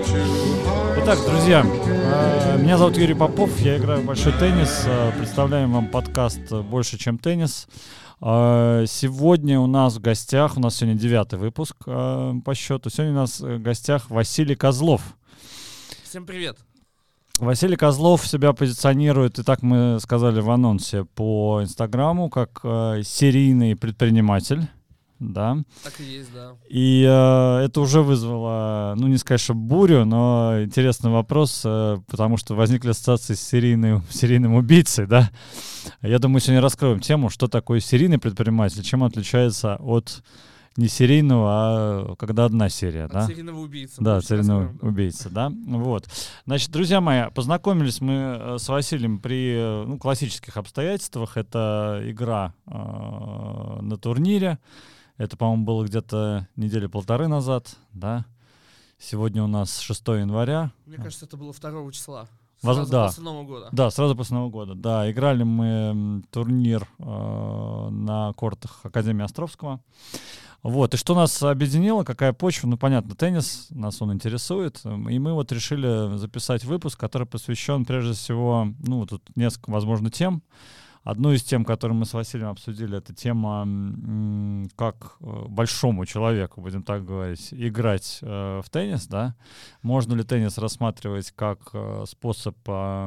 Итак, друзья, меня зовут Юрий Попов, я играю в большой теннис, представляем вам подкаст «Больше, чем теннис». Сегодня у нас в гостях, у нас сегодня 9-й выпуск по счету, сегодня у нас в гостях Василий Козлов. Всем привет. Василий Козлов себя позиционирует, и так мы сказали в анонсе, по Инстаграму, как серийный предприниматель. Да. Так и есть, да. И это уже вызвало, ну не сказать, что бурю, но интересный вопрос, потому что возникли ассоциации с серийным убийцей, да. Я думаю, сегодня раскроем тему, что такое серийный предприниматель, чем он отличается от не серийного, а когда одна серия, от да? Серийного убийцы. Да, серийного убийцы, да. Вот. Значит, друзья мои, познакомились мы с Василием при классических обстоятельствах. Это игра на турнире. Это, по-моему, было где-то недели полторы назад, да. Сегодня у нас 6 января. Мне кажется, это было 2 числа. Да. После Нового года. Да, сразу после Нового года. Да, играли мы турнир на кортах Академии Островского. Вот, и что нас объединило, какая почва? Ну, понятно, теннис, нас он интересует. И мы вот решили записать выпуск, который посвящен, прежде всего, тут несколько, возможно, тем. Одну из тем, которую мы с Василием обсудили, это тема, как большому человеку, будем так говорить, играть в теннис, да? Можно ли теннис рассматривать как способ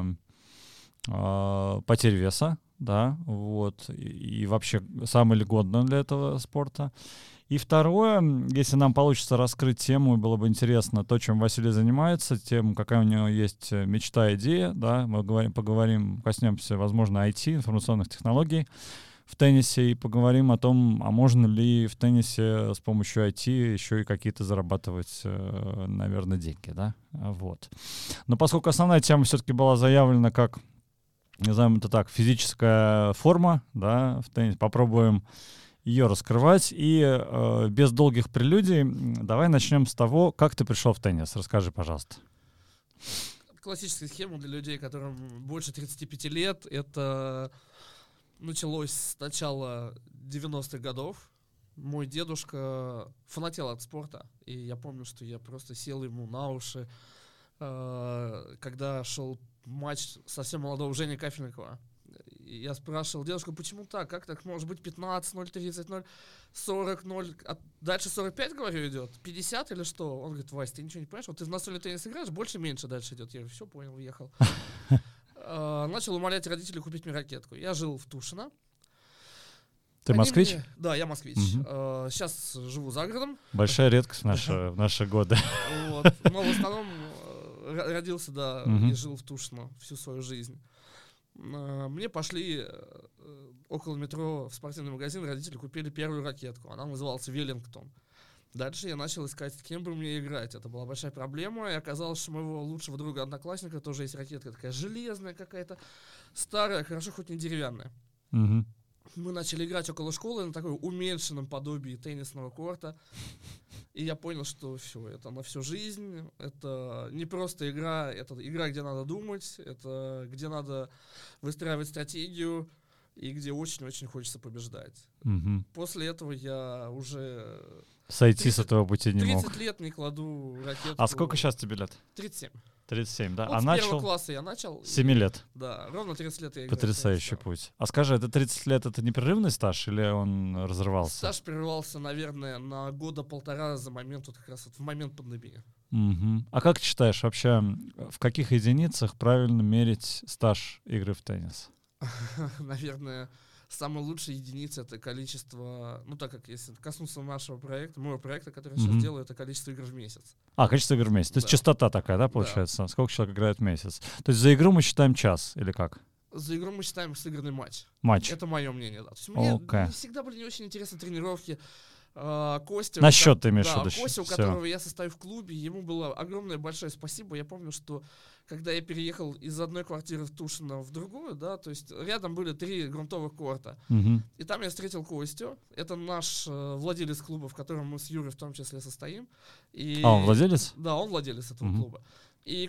потери веса, да, вот, и вообще самый ли годный для этого спорта. И второе, если нам получится раскрыть тему, было бы интересно то, чем Василий занимается, тем, какая у него есть мечта, идея, да, мы поговорим, коснемся, возможно, IT, информационных технологий в теннисе, и поговорим о том, а можно ли в теннисе с помощью IT еще и какие-то зарабатывать, наверное, деньги, да, вот. Но поскольку основная тема все-таки была заявлена как, назовем это так, физическая форма, да, в теннисе, попробуем ее раскрывать. И без долгих прелюдий давай начнем с того, как ты пришел в теннис. Расскажи, пожалуйста. Классическая схема для людей, которым больше 35 лет. Это началось с начала 90-х годов. Мой дедушка фанател от спорта. И я помню, что я просто сел ему на уши, когда шел матч совсем молодого Жени Кафельникова. Я спрашивал: дедушка, почему так? Как так может быть 15-0, 30-0, 40-0, а дальше 45, говорю, идет? 50 или что? Он говорит: Вась, ты ничего не понимаешь? Вот ты в настольный теннис играешь, больше-меньше дальше идет. Я говорю: все, понял, уехал. Начал умолять родителей купить мне ракетку. Я жил в Тушино. Ты москвич? Да, я москвич. Сейчас живу за городом. Большая редкость в наши годы. Но в основном родился, да, и жил в Тушино всю свою жизнь. Мне пошли около метро в спортивный магазин, родители купили первую ракетку. Она называлась «Веллингтон». Дальше я начал искать, с кем бы мне играть. Это была большая проблема, и оказалось, что у моего лучшего друга-одноклассника тоже есть ракетка такая железная какая-то, старая, хорошо хоть не деревянная. Мы начали играть около школы на такой уменьшенном подобии теннисного корта. И я понял, что все, это на всю жизнь. Это не просто игра, это игра, где надо думать, это где надо выстраивать стратегию и где очень-очень хочется побеждать. После этого я уже... Сойти с этого пути не мог. 30 лет не кладу ракетку. А сколько сейчас тебе лет? 37. 37, да? Вот а с начал... первого класса я начал. 7 лет. Да, ровно 30 лет я играю. Потрясающий путь. А скажи, это 30 лет, это непрерывный стаж или он разрывался? Стаж прервался, наверное, на года полтора за момент, вот как раз вот в момент пандемии. А как ты считаешь, вообще, в каких единицах правильно мерить стаж игры в теннис? Наверное, самая лучшая единица — это количество, так как если коснуться нашего проекта, моего проекта, который я сейчас делаю, это количество игр в месяц. Количество игр в месяц. То есть частота такая, да, получается? Да. Сколько человек играет в месяц? То есть за игру мы считаем час или как? За игру мы считаем сыгранный матч. Это мое мнение, да. То есть мне всегда были не очень интересны тренировки. Костя, на счет ты имеешь в виду? Костя, у которого я состою в клубе, ему было огромное большое спасибо. Я помню, что когда я переехал из одной квартиры в Тушино в другую, да, то есть рядом были 3 грунтовых корта. И там я встретил Костю. Это наш владелец клуба, в котором мы с Юрой в том числе состоим. Он владелец? Да, он владелец этого клуба. И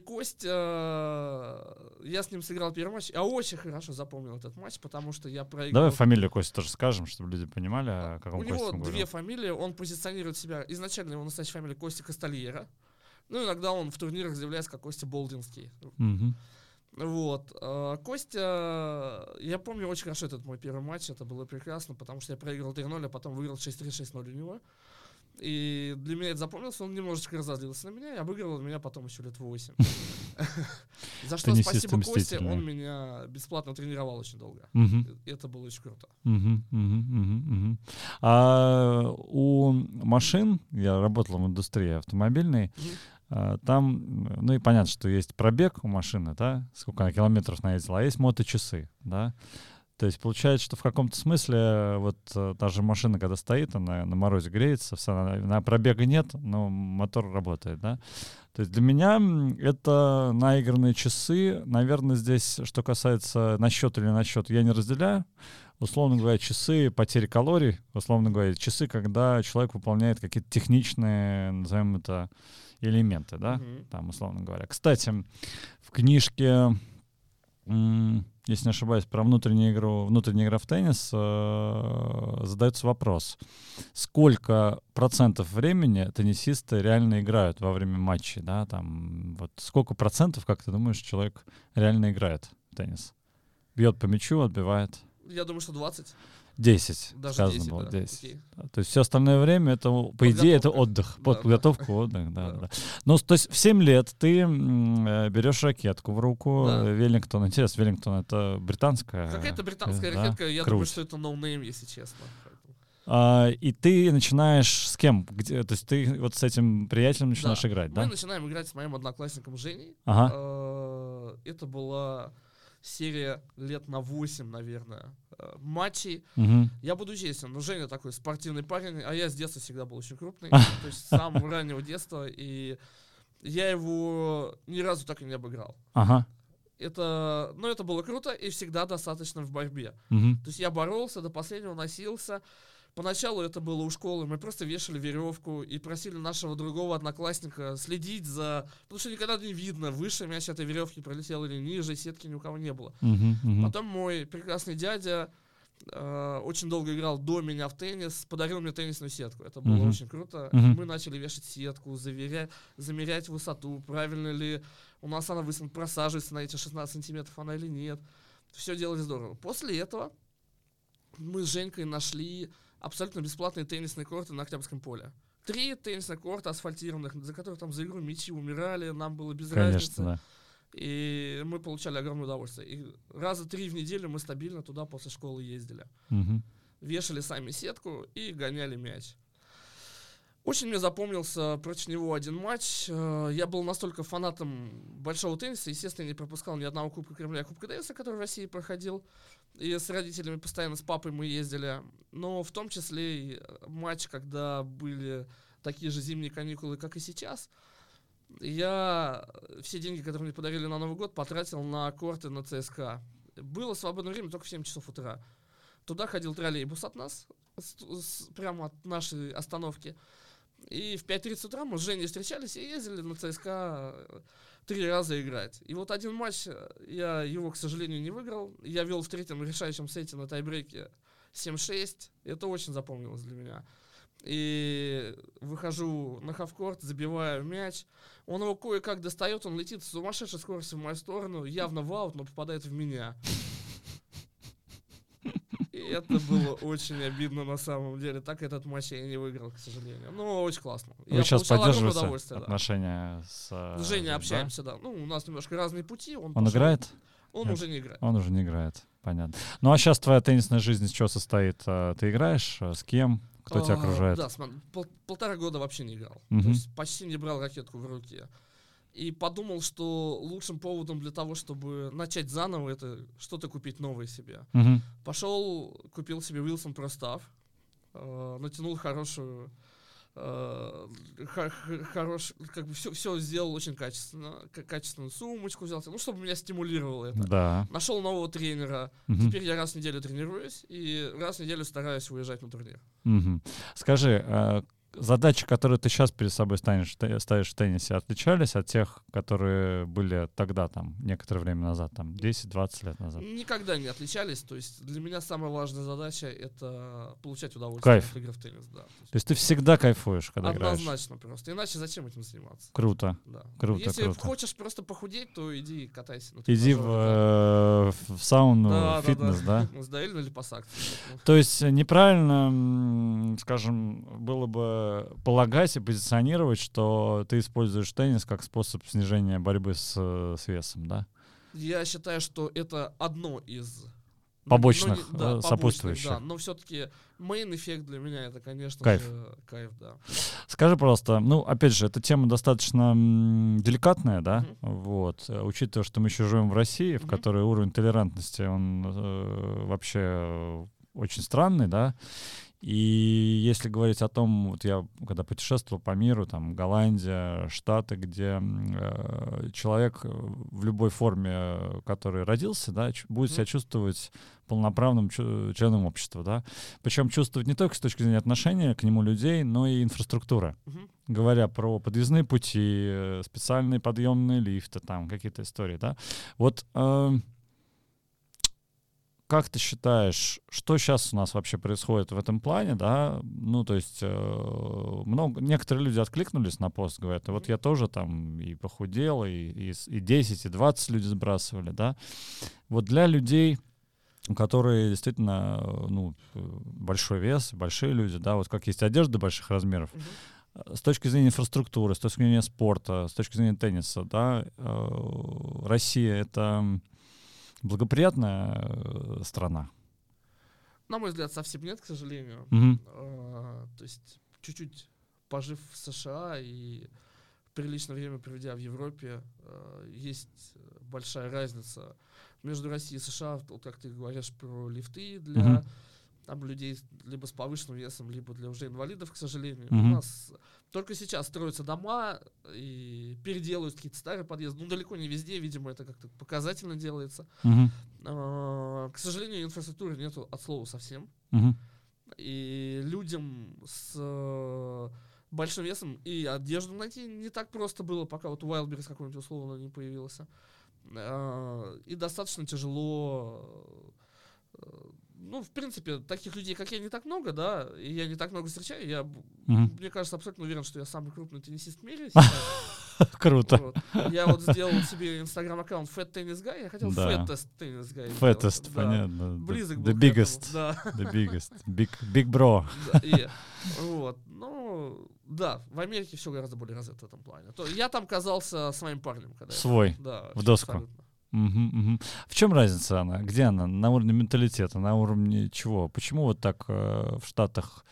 Костя, я с ним сыграл первый матч. Я очень хорошо запомнил этот матч, потому что я проиграл. Давай фамилию Кости тоже скажем, чтобы люди понимали, о каком Косте мы говорим. У него 2 фамилии, он позиционирует себя. Изначально его настоящая фамилия Костя Кастальера. Ну, иногда он в турнирах заявляется как Костя Болдинский. Вот. Костя, я помню очень хорошо этот мой первый матч, это было прекрасно, потому что я проиграл 3-0, а потом выиграл 6-3, 6-0 у него. И для меня это запомнилось, он немножечко разозлился на меня и обыгрывал меня потом еще лет 8. За что спасибо Косте, он меня бесплатно тренировал очень долго. Это было очень круто. А у машин, я работал в индустрии автомобильной, там, ну и понятно, что есть пробег у машины, да, сколько она километров наездила, а есть моточасы, да. То есть получается, что в каком-то смысле вот та же машина, когда стоит, она на морозе греется, на пробега нет, но мотор работает, да. То есть для меня это наигранные часы. Наверное, здесь, что касается насчет или насчет, я не разделяю. Условно говоря, часы потери калорий, условно говоря, часы, когда человек выполняет какие-то техничные, назовем это, элементы, да, там, условно говоря. Кстати, в книжке, если не ошибаюсь, про внутренняя игра в теннис задается вопрос, сколько процентов времени теннисисты реально играют во время матчей, да, там, вот сколько процентов, как ты думаешь, человек реально играет в теннис? Бьет по мячу, отбивает? Я думаю, что 20. 10, даже сказано 10, было, да. 10. То есть все остальное время, это, по идее, это отдых, подготовка, отдых, да. Ну, то есть в 7 лет ты берешь ракетку в руку, Веллингтон, интересно, Веллингтон — это британская? Какая-то британская ракетка, я думаю, что это ноунейм, если честно. И ты начинаешь с кем? То есть ты вот с этим приятелем начинаешь играть, да? Мы начинаем играть с моим одноклассником Женей. Это была серия лет на 8, наверное, матчей. Я буду честен, но Женя такой спортивный парень, а я с детства всегда был очень крупный, то есть с самого раннего детства, и я его ни разу так и не обыграл. Это было круто и всегда достаточно в борьбе. То есть я боролся, до последнего носился. Поначалу это было у школы, мы просто вешали веревку и просили нашего другого одноклассника следить за... Потому что никогда не видно, выше мяч этой веревки пролетел или ниже, сетки ни у кого не было. Потом мой прекрасный дядя очень долго играл до меня в теннис, подарил мне теннисную сетку. Это было очень круто. Мы начали вешать сетку, замерять высоту, правильно ли у нас она просаживается на эти 16 сантиметров, она или нет. Все делали здорово. После этого мы с Женькой нашли абсолютно бесплатные теннисные корты на Октябрьском поле. 3 теннисных корта асфальтированных, за которые там за игру мячи умирали, нам было без разницы. Да. И мы получали огромное удовольствие. И раза 3 в неделю мы стабильно туда после школы ездили. Вешали сами сетку и гоняли мяч. Очень мне запомнился против него один матч. Я был настолько фанатом большого тенниса, естественно, не пропускал ни одного Кубка Кремля и Кубка Дэвиса, который в России проходил. И с родителями постоянно, с папой мы ездили. Но в том числе и матч, когда были такие же зимние каникулы, как и сейчас. Я все деньги, которые мне подарили на Новый год, потратил на корты на ЦСКА. Было свободное время только в 7 часов утра. Туда ходил троллейбус от нас, прямо от нашей остановки. И в 5:30 утра мы с Женей встречались и ездили на ЦСКА 3 раза играть. И вот один матч, я его, к сожалению, не выиграл. Я вел в 3-м решающем сете на тайбрейке 7-6. Это очень запомнилось для меня. И выхожу на хавкорт, забиваю мяч. Он его кое-как достает, он летит с сумасшедшей скоростью в мою сторону, явно в аут, но попадает в меня. И это было очень обидно на самом деле. Так этот матч я не выиграл, к сожалению. Но очень классно. Вы сейчас поддерживаете отношения с Женей, общаемся, да. Ну, у нас немножко разные пути. Он играет? Он уже не играет. Он уже не играет, понятно. Ну, а сейчас твоя теннисная жизнь из чего состоит? Ты играешь? С кем? Кто тебя окружает? Да, 1,5 года вообще не играл. То есть почти не брал ракетку в руки. И подумал, что лучшим поводом для того, чтобы начать заново, это что-то купить новое себе. Пошел, купил себе Wilson Pro Staff, натянул хорошую, как бы все сделал очень качественно, качественную сумочку взял, ну, чтобы меня стимулировало это. Да. Нашел нового тренера. Теперь я раз в неделю тренируюсь и раз в неделю стараюсь выезжать на турнир. Скажи, задачи, которые ты сейчас перед собой ставишь в теннисе, отличались от тех, которые были тогда, там, некоторое время назад, там, 10-20 лет назад? Никогда не отличались. То есть для меня самая важная задача — это получать удовольствие от игры в теннис. Да. То есть ты всегда кайфуешь, когда играешь? Однозначно просто. Иначе зачем этим заниматься? Круто. Да. Круто, Если круто. хочешь просто похудеть, то иди катайся. Иди в сауну, фитнес, да? Да, или на липосакцию. То есть неправильно, скажем, было бы полагать и позиционировать, что ты используешь теннис как способ снижения борьбы с весом, да? Я считаю, что это одно из побочных, сопутствующих. Да, но все-таки мейн-эффект для меня — это, конечно кайф. же, кайф, да. Скажи, пожалуйста, опять же, эта тема достаточно деликатная, да? Вот, учитывая, что мы еще живем в России, в которой уровень толерантности, он вообще очень странный, да? И если говорить о том, вот я когда путешествовал по миру, там Голландия, Штаты, где человек в любой форме, который родился, да, будет себя чувствовать полноправным членом общества, да. Причем чувствовать не только с точки зрения отношения к нему людей, но и инфраструктуры. Говоря про подъездные пути, специальные подъемные лифты, там какие-то истории, да. Вот как ты считаешь, что сейчас у нас вообще происходит в этом плане, да? Ну, то есть некоторые люди откликнулись на пост, говорят, вот я тоже там и похудел, и 10, и 20 люди сбрасывали, да? Вот для людей, у которых действительно, большой вес, большие люди, да, вот как есть одежда больших размеров, с точки зрения инфраструктуры, с точки зрения спорта, с точки зрения тенниса, да, Россия — это благоприятная страна? На мой взгляд, совсем нет, к сожалению. То есть чуть-чуть пожив в США и приличное время проведя в Европе, есть большая разница между Россией и США, вот как ты говоришь про лифты для там людей либо с повышенным весом, либо для уже инвалидов, к сожалению. У нас только сейчас строятся дома и переделывают какие-то старые подъезды. Далеко не везде, видимо, это как-то показательно делается. К сожалению, инфраструктуры нету от слова совсем. И людям с большим весом и одежду найти не так просто было, пока вот Wildberries какой-нибудь условно не появился. И достаточно тяжело. В принципе, таких людей, как я, не так много, да, и я не так много встречаю. Я, мне кажется, абсолютно уверен, что я самый крупный теннисист в мире сейчас. Круто. Вот. Я вот сделал себе инстаграм-аккаунт Fat Tennis Guy, я хотел Fattest Tennis Guy. Fattest, понятно. Близок был The biggest. The biggest. Big bro. Вот. Да, в Америке все гораздо более развито в этом плане. Я там казался своим парнем. Свой, в доску. Абсолютно. В чем разница она? Где она? На уровне менталитета, на уровне чего? Почему вот так в Штатах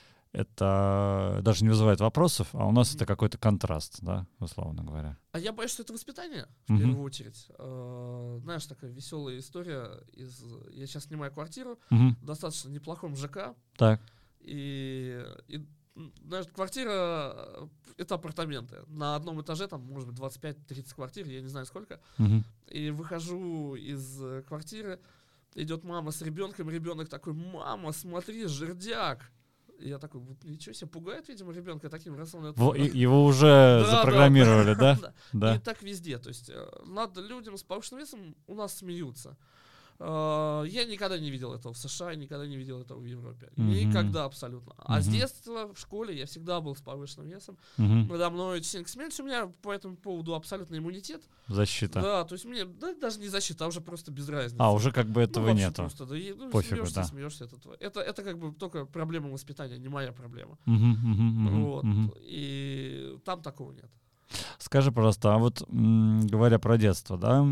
это даже не вызывает вопросов, а у нас это какой-то контраст, да, условно говоря? А я боюсь, что это воспитание, в первую очередь. Знаешь, такая веселая история. Я сейчас снимаю квартиру в достаточно неплохом ЖК. Так. И знаешь, квартира — это апартаменты. На одном этаже там, может быть, 25-30 квартир, я не знаю сколько. И выхожу из квартиры, идет мама с ребенком, ребенок такой: «Мама, смотри, жердяк». И я такой: вот ничего себе, пугает, видимо, ребенка таким рассылом. Его уже запрограммировали, да? Да. И так везде. То есть над людям с повышенным весом у нас смеются. Я никогда не видел этого в США, никогда не видел этого в Европе. Никогда абсолютно. А с детства в школе я всегда был с повышенным весом. Надо мной сильно смеялись. У меня по этому поводу абсолютный иммунитет. Защита. Да, то есть мне даже не защита, а уже просто без разницы. Уже как бы этого нету. Просто, пофигу, смеешься. Это как бы только проблема воспитания, не моя проблема. И там такого нет. Скажи, пожалуйста, а вот говоря про детство, да,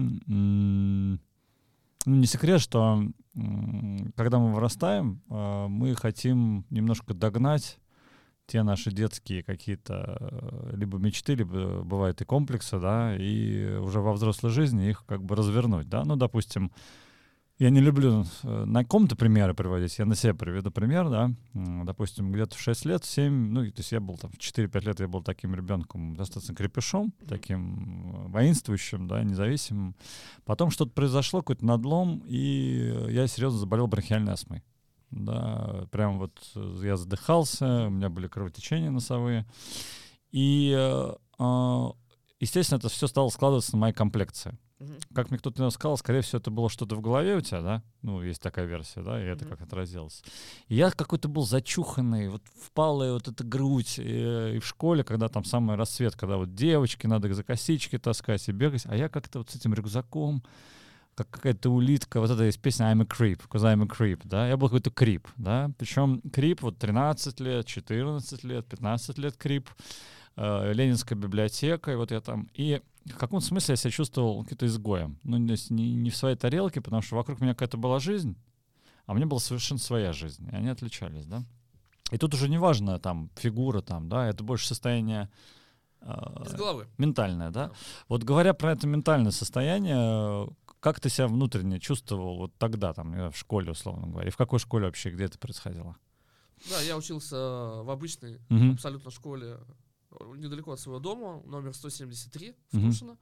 не секрет, что когда мы вырастаем, мы хотим немножко догнать те наши детские какие-то либо мечты, либо бывают и комплексы, да, и уже во взрослой жизни их как бы развернуть, да. Допустим, я не люблю на ком-то примеры приводить, я на себя приведу пример, да. Допустим, где-то в 6 лет, в 7, то есть я был там в 4-5 лет, я был таким ребенком, достаточно крепышом, таким воинствующим, да, независимым. Потом что-то произошло, какой-то надлом, и я серьезно заболел бронхиальной астмой. да, прям вот я задыхался, у меня были кровотечения носовые, и, естественно, это все стало складываться на моей комплекции. Как мне кто-то сказал, скорее всего, это было что-то в голове у тебя, да? Ну, есть такая версия, да, и это как отразилось. И я какой-то был зачуханный, вот впалая вот эта грудь. И в школе, когда там самый расцвет, когда вот девочки, надо за косички таскать и бегать, а я как-то вот с этим рюкзаком, как какая-то улитка, вот это есть песня I'm a creep, because I'm a creep, да, я был какой-то крип, да, причем крип вот 13 лет, 14 лет, 15 лет крип, Ленинская библиотека, и вот я там, и в каком смысле я себя чувствовал каким-то изгоем, ну, не в своей тарелке, потому что вокруг меня какая-то была жизнь, а у меня была совершенно своя жизнь, и они отличались, да, и тут уже не важно, там, фигура, там, да, это больше состояние из головы. Ментальное, да? Вот говоря про это ментальное состояние, как ты себя внутренне чувствовал вот тогда, там, в школе, условно говоря? И в какой школе вообще, где это происходило? Да, я учился в обычной абсолютно школе недалеко от своего дома, номер 173 в Тушино.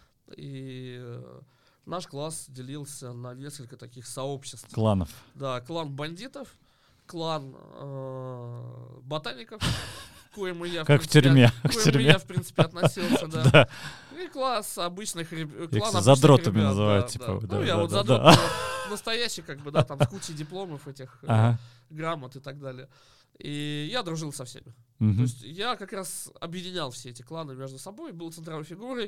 И наш класс делился на несколько таких сообществ. Кланов. Да, клан бандитов, клан ботаников, к коему я, как в тюрьме. Я, в принципе, относился, да. И класс обычных клан задротами ребят, называют, да, типа. Да. Да, ну, я вот задрот настоящий, как бы, да, там, с кучей дипломов этих, грамот и так далее. И я дружил со всеми. То есть я как раз объединял все эти кланы между собой, был центровой фигурой,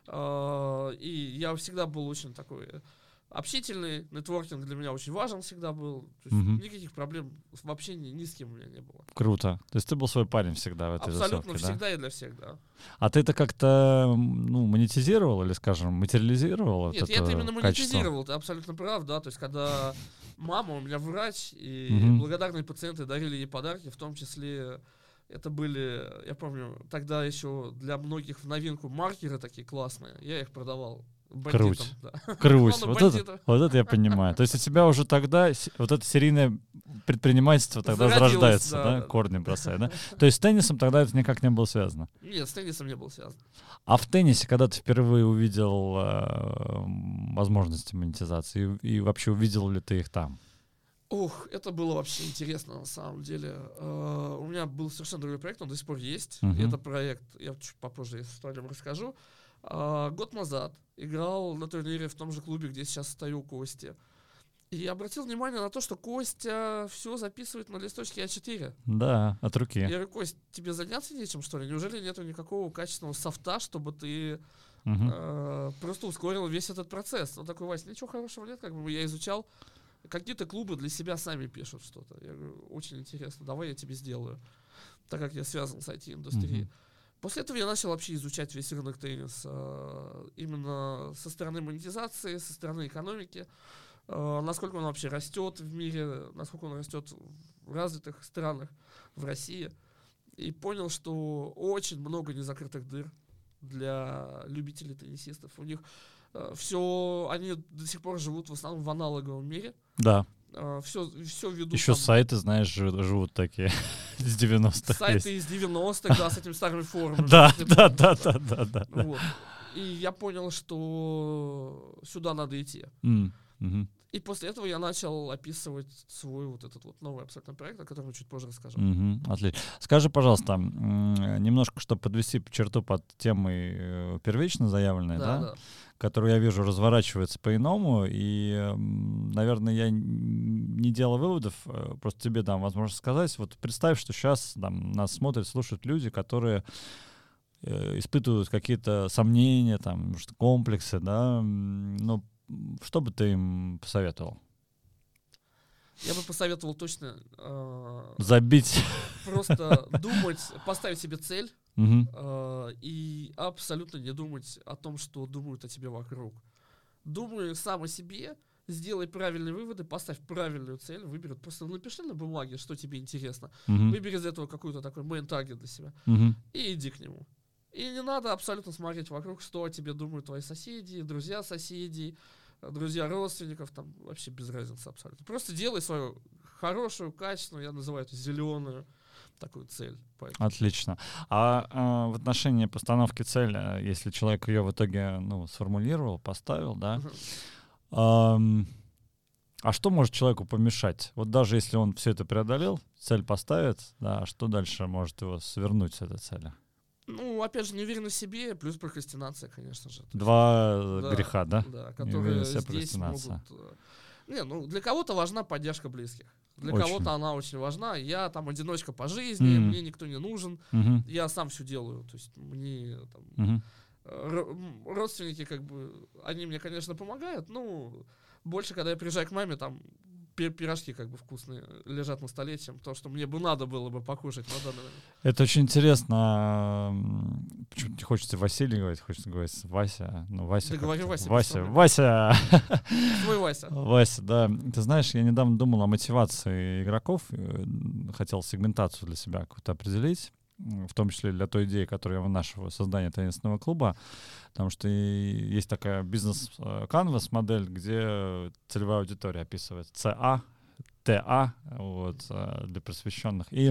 и я всегда был очень такой общительный, нетворкинг для меня очень важен всегда был. То есть никаких проблем в общении ни с кем у меня не было. Круто. То есть ты был свой парень всегда в этой абсолютно тусовке, всегда, да? И для всех, да. А ты это как-то, ну, монетизировал или, скажем, материализировал? Нет, я это именно монетизировал, ты абсолютно прав, да. То есть когда мама у меня врач, и благодарные пациенты дарили ей подарки, в том числе это были, я помню, тогда еще для многих в новинку маркеры такие классные, я их продавал. Бандитам, Круть. Вот это я понимаю. То есть у тебя уже тогда вот это серийное предпринимательство тогда зарождается, да? Корни бросает, да? То есть с теннисом тогда это никак не было связано? Нет, с теннисом не было связано. А в теннисе, когда ты впервые увидел возможности монетизации, и вообще увидел ли ты их там? Ух, это было вообще интересно на самом деле. У меня был совершенно другой проект, он до сих пор есть. Это проект, я чуть попозже о нем расскажу. Год назад играл на турнире в том же клубе, где сейчас стою, Кости. И обратил внимание на то, что Костя все записывает на листочке А4. Да, от руки. Я говорю: Кость, тебе заняться нечем, что ли? Неужели нету никакого качественного софта, чтобы ты просто ускорил весь этот процесс? Он такой: Вась, ничего хорошего нет, как бы я изучал. Какие-то клубы для себя сами пишут что-то. Я говорю: очень интересно, давай я тебе сделаю. Так как я связан с IT-индустрией. После этого я начал вообще изучать весь рынок тенниса именно со стороны монетизации, со стороны экономики, насколько он вообще растет в мире, насколько он растет в развитых странах, в России. И понял, что очень много незакрытых дыр для любителей теннисистов. У них все, они до сих пор живут в основном в аналоговом мире. Да. Все ведут. Еще там сайты, знаешь, живут такие из 90-х. Сайты из 90-х, да, с этими старыми форумами. Да. Вот. И я понял, что сюда надо идти. И после этого я начал описывать свой вот этот вот новый абсолютно проект, о котором я чуть позже расскажу. Отлично. Скажи, пожалуйста, немножко, чтобы подвести черту под темой первично заявленной, да? Которую я вижу разворачивается по-иному, и, наверное, я не делал выводов, просто тебе дам возможность сказать. Вот представь, что сейчас там нас смотрят, слушают люди, которые испытывают какие-то сомнения, там, может, комплексы, да, но что бы ты им посоветовал? Я бы посоветовал точно забить. Просто думать, поставить себе цель и абсолютно не думать о том, что думают о тебе вокруг. Думай сам о себе, сделай правильные выводы, поставь правильную цель, выбери. Просто напиши на бумаге, что тебе интересно. Выбери из этого какой-то такой main target для себя и иди к нему. И не надо абсолютно смотреть вокруг, что о тебе думают твои соседи, друзья соседей, друзья родственников, там вообще без разницы абсолютно. Просто делай свою хорошую, качественную, я называю это зеленую такую цель. Отлично. А в отношении постановки цели, если человек ее в итоге сформулировал, поставил, да, А что может человеку помешать? Вот даже если он все это преодолел, цель поставит, да, что дальше может его свернуть с этой цели? Ну, опять же, неуверенность в себе, плюс прокрастинация, конечно же. Два греха, да? Да, которые Себе, здесь могут... ну, для кого-то важна поддержка близких. Для кого-то она очень важна. Я там одиночка по жизни, мне никто не нужен. Я сам все делаю. То есть мне там, родственники, как бы, они мне, конечно, помогают, но больше, когда я приезжаю к маме, там пирожки как бы вкусные лежат на столе, чем то, что мне бы надо было бы покушать на данный момент. Это очень интересно. Почему-то не хочется Василий говорить, хочется говорить Вася. Ну, Вася. Да говори Вася. Вася. Твой Вася. Вася, да. Ты знаешь, я недавно думал о мотивации игроков. Хотел сегментацию для себя какую-то определить. В том числе для той идеи, которая в нашего создания теннисного клуба. Потому что есть такая бизнес-канвас модель, где целевая аудитория описывается. ЦА, ТА, вот, для просвещенных. И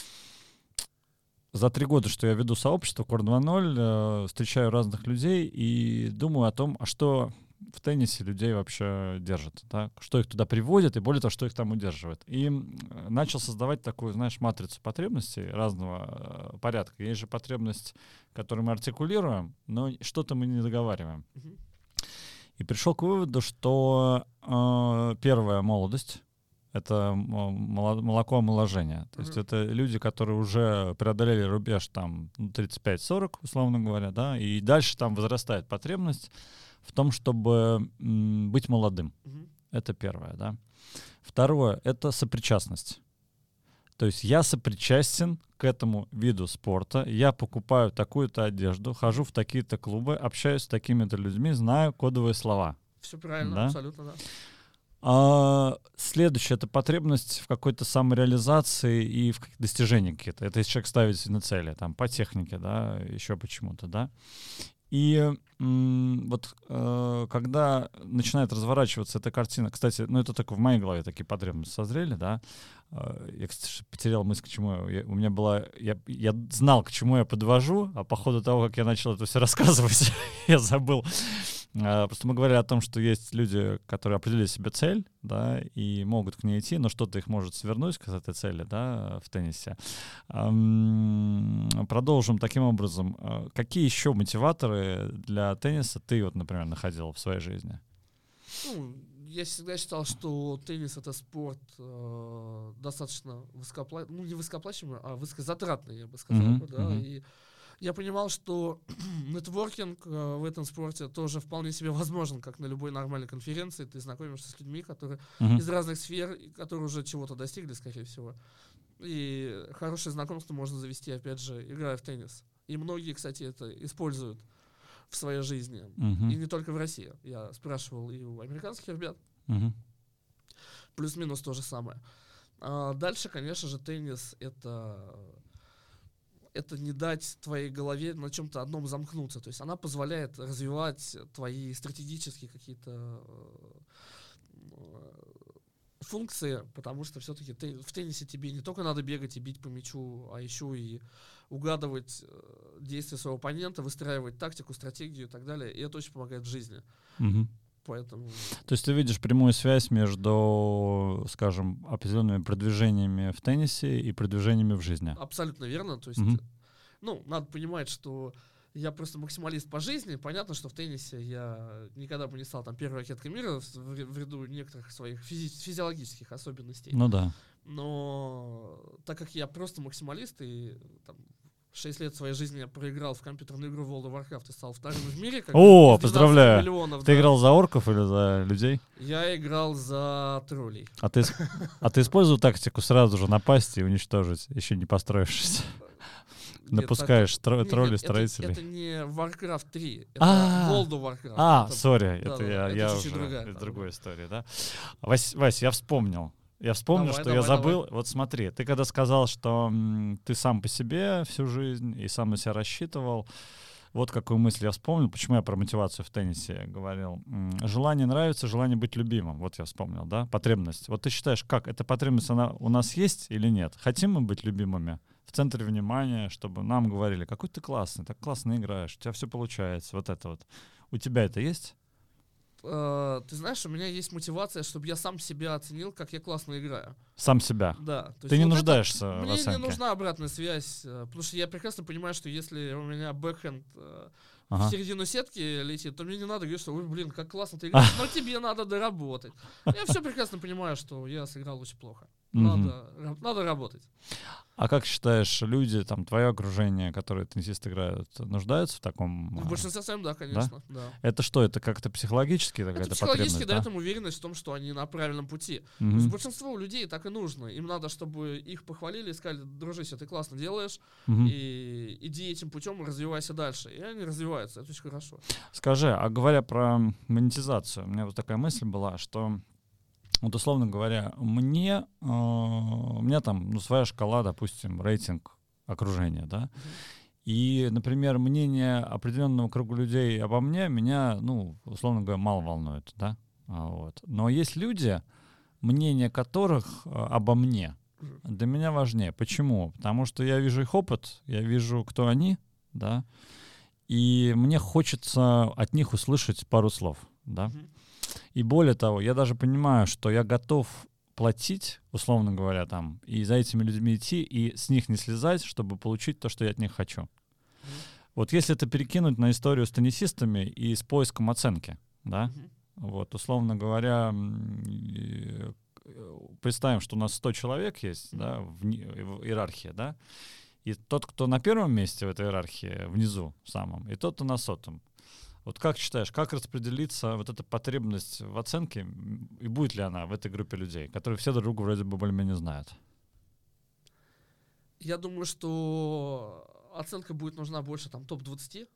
за 3 года, что я веду сообщество Core 2.0, встречаю разных людей и думаю о том, а что в теннисе людей вообще держит, да? Что их туда приводит, и более того, что их там удерживает. И начал создавать такую, знаешь, матрицу потребностей разного порядка. Есть же потребность, которую мы артикулируем, но что-то мы не договариваем. И пришел к выводу, что первая молодость — это молоко омоложения. То есть это люди, которые уже преодолели рубеж там 35-40, условно говоря, да, и дальше там возрастает потребность в том, чтобы быть молодым. Это первое, да. Второе — это сопричастность. То есть я сопричастен к этому виду спорта, я покупаю такую-то одежду, хожу в такие-то клубы, общаюсь с такими-то людьми, знаю кодовые слова. Все правильно, да? Абсолютно, да. Следующее — это потребность в какой-то самореализации и в достижении каких-то. Это если человек ставит себе цели, там, по технике, да, еще почему-то, да. И вот когда начинает разворачиваться эта картина, кстати, ну это только в моей голове такие потребности созрели, да. Я, кстати, потерял мысль, к чему у меня была, я знал, к чему я подвожу, а по ходу того, как я начал это все рассказывать, я забыл. Просто мы говорили о том, что есть люди, которые определили себе цель, да, и могут к ней идти, но что-то их может свернуть к этой цели, да, в теннисе. Продолжим таким образом. Какие еще мотиваторы для тенниса ты, вот, например, находил в своей жизни? Ну, я всегда считал, что теннис — это спорт достаточно не высокооплачиваемый, а высокозатратный, я бы сказал. Да, и я понимал, что нетворкинг в этом спорте тоже вполне себе возможен, как на любой нормальной конференции. Ты знакомишься с людьми, которые из разных сфер, которые уже чего-то достигли, скорее всего. И хорошее знакомство можно завести, опять же, играя в теннис. И многие, кстати, это используют в своей жизни. И не только в России. Я спрашивал и у американских ребят. Плюс-минус то же самое. Дальше, конечно же, теннис — это не дать твоей голове на чем-то одном замкнуться. То есть она позволяет развивать твои стратегические какие-то функции, потому что все-таки в теннисе тебе не только надо бегать и бить по мячу, а еще и угадывать действия своего оппонента, выстраивать тактику, стратегию и так далее. И это очень помогает в жизни. Поэтому... То есть ты видишь прямую связь между, скажем, определенными продвижениями в теннисе и продвижениями в жизни? Абсолютно верно. То есть, надо понимать, что я просто максималист по жизни. Понятно, что в теннисе я никогда бы не стал там первой ракеткой мира в ряду некоторых своих физиологических особенностей. Ну да. Но так как я просто максималист и там 6 лет своей жизни я проиграл в компьютерную игру World of Warcraft и стал вторым в мире. О, поздравляю! Миллионов, ты играл за орков или за людей? Я играл за троллей. А ты использовал тактику сразу же напасть и уничтожить, еще не построившись? Напускаешь троллей, строителей? Это не Warcraft 3, это World of Warcraft. Сори, это я уже из другой истории, да? Вась, я вспомнил. Я забыл. Давай. Вот смотри, ты когда сказал, что ты сам по себе всю жизнь и сам на себя рассчитывал, вот какую мысль я вспомнил, почему я про мотивацию в теннисе говорил. Желание нравится, желание быть любимым. Вот я вспомнил, да? Потребность. Вот ты считаешь, как? Эта потребность, она у нас есть или нет? Хотим мы быть любимыми? В центре внимания, чтобы нам говорили, какой ты классный, так классно играешь, у тебя все получается. Вот это вот. У тебя это есть? Ты знаешь, у меня есть мотивация, чтобы я сам себя оценил, как я классно играю. Сам себя? Да. Ты не нуждаешься в оценке? Мне не нужна обратная связь, потому что я прекрасно понимаю, что если у меня бэкхенд в середину сетки летит, то мне не надо говорить, что, ой, блин, как классно ты играешь, но тебе надо доработать. Я все прекрасно понимаю, что я сыграл очень плохо. Надо работать. А как считаешь, люди, там, твое окружение, которые теннисисты играют, нуждаются в таком? В большинстве своем, да, конечно. Да? Да. Это что, это как-то психологически какая-то потребность? Это психологически дает им уверенность в том, что они на правильном пути. То есть большинству людей так и нужно. Им надо, чтобы их похвалили и сказали, дружище, ты классно делаешь, и иди этим путем и развивайся дальше. И они развиваются, это очень хорошо. Скажи, а говоря про монетизацию, у меня вот такая мысль была, что вот условно говоря, у меня там своя шкала, допустим, рейтинг окружения, да, и, например, мнение определенного круга людей обо мне меня, условно говоря, мало волнует, да, вот. Но есть люди, мнение которых обо мне для меня важнее. Почему? Потому что я вижу их опыт, я вижу, кто они, да, и мне хочется от них услышать пару слов, да. И более того, я даже понимаю, что я готов платить, условно говоря, там, и за этими людьми идти, и с них не слезать, чтобы получить то, что я от них хочу. Вот если это перекинуть на историю с теннисистами и с поиском оценки, да, вот, условно говоря, представим, что у нас 100 человек есть, да, в иерархии, да, и тот, кто на первом месте в этой иерархии, внизу самом, и тот, кто на 100-м. Вот как считаешь, как распределится вот эта потребность в оценке, и будет ли она в этой группе людей, которые все друг друга вроде бы более-менее знают? Я думаю, что оценка будет нужна больше там топ-20,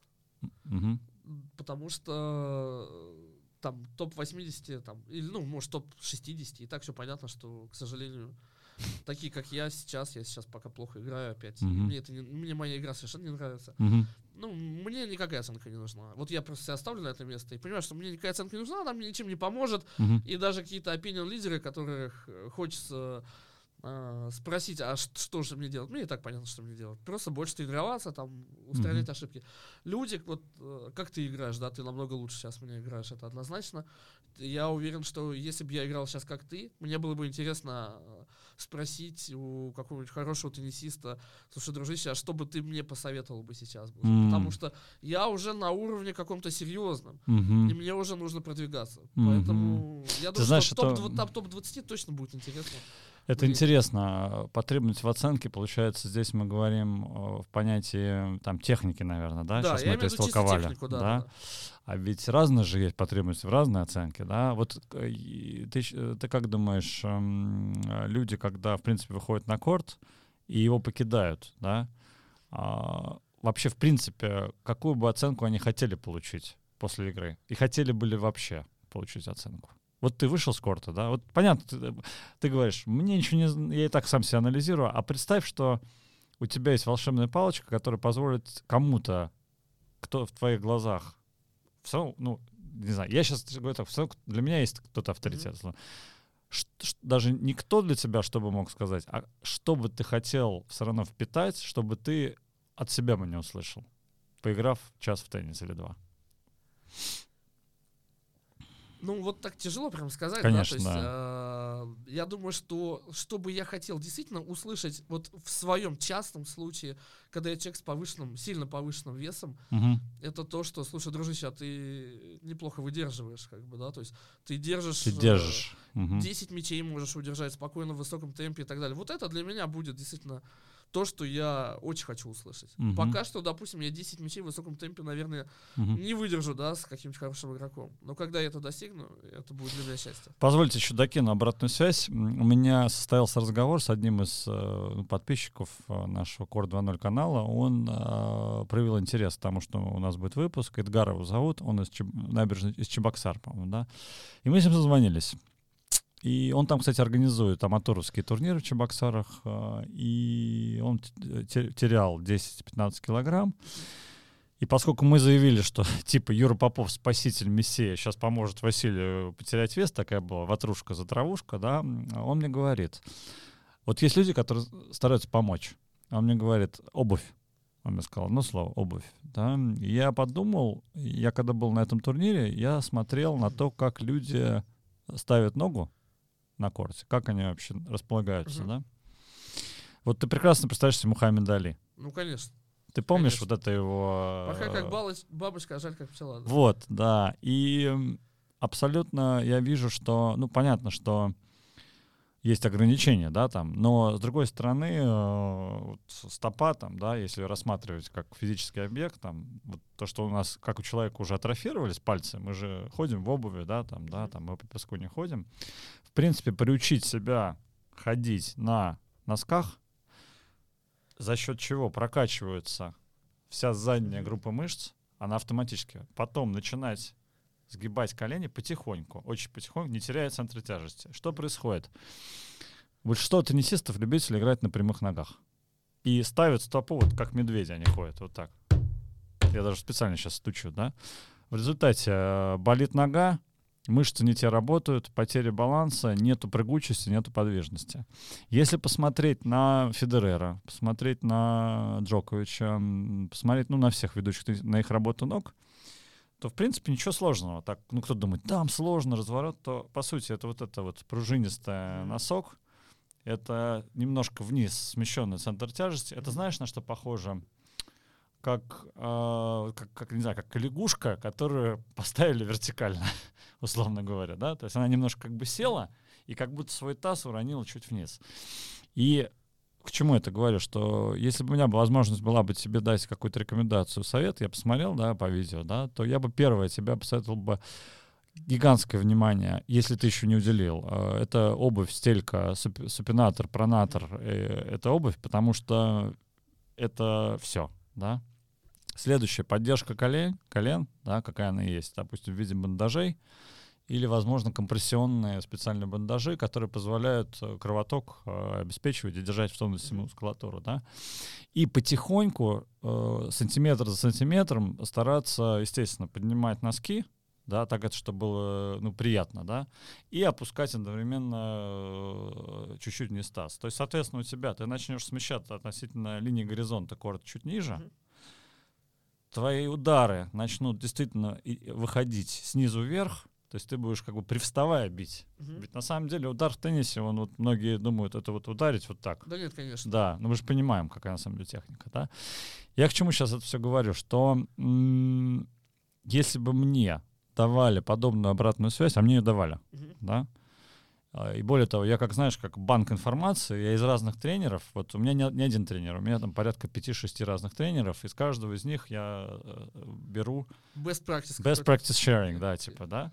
потому что там топ-80, там, или, может, топ-60, и так все понятно, что, к сожалению, такие, как я сейчас пока плохо играю опять. Мне моя игра совершенно не нравится. Мне никакая оценка не нужна. Вот я просто себя оставлю на это место и понимаю, что мне никакая оценка не нужна, она мне ничем не поможет. И даже какие-то opinion-лидеры, которых хочется спросить, а что же мне делать? Мне и так понятно, что мне делать. Просто больше тренироваться, там, устранять ошибки. Люди, вот как ты играешь, да, ты намного лучше сейчас меня играешь, это однозначно. Я уверен, что если бы я играл сейчас как ты, мне было бы интересно спросить у какого-нибудь хорошего теннисиста, слушай, дружище, а что бы ты мне посоветовал бы сейчас? Потому что я уже на уровне каком-то серьезном, и мне уже нужно продвигаться. Поэтому я думаю, что топ-20 точно будет интересно. Это интересно. Потребность в оценке, получается, здесь мы говорим в понятии там техники, наверное, да? Да, сейчас мы это истолковали. Технику, да? А ведь разные же есть потребности в разной оценке, да? Вот ты как думаешь, люди, когда, в принципе, выходят на корт и его покидают, да? Вообще, в принципе, какую бы оценку они хотели получить после игры? И хотели бы ли вообще получить оценку? Вот ты вышел с корта, да, вот понятно, ты говоришь, мне ничего не... Я и так сам себя анализирую, а представь, что у тебя есть волшебная палочка, которая позволит кому-то, кто в твоих глазах, не знаю, я сейчас говорю так, для меня есть кто-то авторитет. Даже не кто для тебя, чтобы мог сказать, а что бы ты хотел все равно впитать, чтобы ты от себя бы не услышал, поиграв час в теннис или 2. Вот так тяжело прям сказать. Конечно, да. То есть, я думаю, что бы я хотел действительно услышать вот в своем частном случае, когда я человек с сильно повышенным весом, это то, что, слушай, дружище, а ты неплохо выдерживаешь, как бы, да, то есть ты держишь 10 мячей можешь удержать спокойно в высоком темпе и так далее. Вот это для меня будет действительно то, что я очень хочу услышать. Пока что, допустим, я 10 мячей в высоком темпе, наверное, не выдержу, да, с каким-нибудь хорошим игроком. Но когда я это достигну, это будет для меня счастье. Позвольте еще докину обратную связь. У меня состоялся разговор с одним из подписчиков нашего Корт 2.0 канала. Он проявил интерес к тому, что у нас будет выпуск. Эдгар его зовут, он из набережной, из Чебоксар, по-моему, да. И мы с ним созвонились. И он там, кстати, организует аматоровские турниры в Чебоксарах, и он терял 10-15 килограмм. И поскольку мы заявили, что типа Юра Попов, спаситель, мессия, сейчас поможет Василию потерять вес, такая была ватрушка за травушка, да, он мне говорит, вот есть люди, которые стараются помочь. Он мне говорит, обувь. Он мне сказал одно слово — обувь. Да? И я подумал, я когда был на этом турнире, я смотрел на то, как люди ставят ногу на корте, как они вообще располагаются, да? Вот ты прекрасно представляешь себе Мухаммеда Али. Ну, конечно. Ты помнишь вот это его... Пока как бабочка, а жаль как пчела. Да? Вот, да. И абсолютно я вижу, что... Ну, понятно, что есть ограничения, да, там, но, с другой стороны, вот стопа, там, да, если рассматривать как физический объект, там, вот то, что у нас, как у человека уже атрофировались пальцы, мы же ходим в обуви, да, там, мы по песку не ходим. В принципе, приучить себя ходить на носках, за счет чего прокачивается вся задняя группа мышц, она автоматически. Потом начинать сгибать колени потихоньку, очень потихоньку, не теряя центра тяжести. Что происходит? Большинство теннисистов, любителей играть на прямых ногах. И ставят стопу, вот как медведи они ходят, вот так. Я даже специально сейчас стучу, да? В результате болит нога, мышцы не те работают, потеря баланса, нету прыгучести, нету подвижности. Если посмотреть на Федерера, посмотреть на Джоковича, посмотреть, на всех ведущих, на их работу ног, то, в принципе, ничего сложного. Так, кто-то думает, там сложно, разворот, то, по сути, это вот пружинистый носок, это немножко вниз смещенный центр тяжести. Это знаешь, на что похоже? Как не знаю, как лягушка, которую поставили вертикально, условно говоря, да? То есть она немножко как бы села и как будто свой таз уронила чуть вниз. И к чему это говорю? Что если бы у меня возможность была бы тебе дать какую-то рекомендацию, совет, я посмотрел, да, по видео, да, то я бы первое тебя посоветовал бы гигантское внимание, если ты еще не уделил. Это обувь, стелька, супинатор, пронатор. Это обувь, потому что это все, да. Следующее, поддержка колен, да, какая она есть, допустим, в виде бандажей, или, возможно, компрессионные специальные бандажи, которые позволяют кровоток обеспечивать и держать в тонусе мускулатуру, да. И потихоньку, сантиметр за сантиметром стараться, естественно, поднимать носки, да, так это, чтобы было, приятно, да, и опускать одновременно чуть-чуть вниз таз. То есть, соответственно, у тебя ты начнешь смещаться относительно линии горизонта корта чуть ниже, твои удары начнут действительно выходить снизу вверх, то есть ты будешь как бы привставая бить. Ведь на самом деле удар в теннисе, многие думают, это вот ударить вот так. Да нет, конечно. Да, но мы же понимаем, какая на самом деле техника, да. Я к чему сейчас это все говорю, что если бы мне давали подобную обратную связь, а мне ее давали, да. И более того, я, как банк информации, я из разных тренеров, вот у меня не один тренер, у меня там порядка 5-6 разных тренеров, из каждого из них я беру best practice sharing, да, да.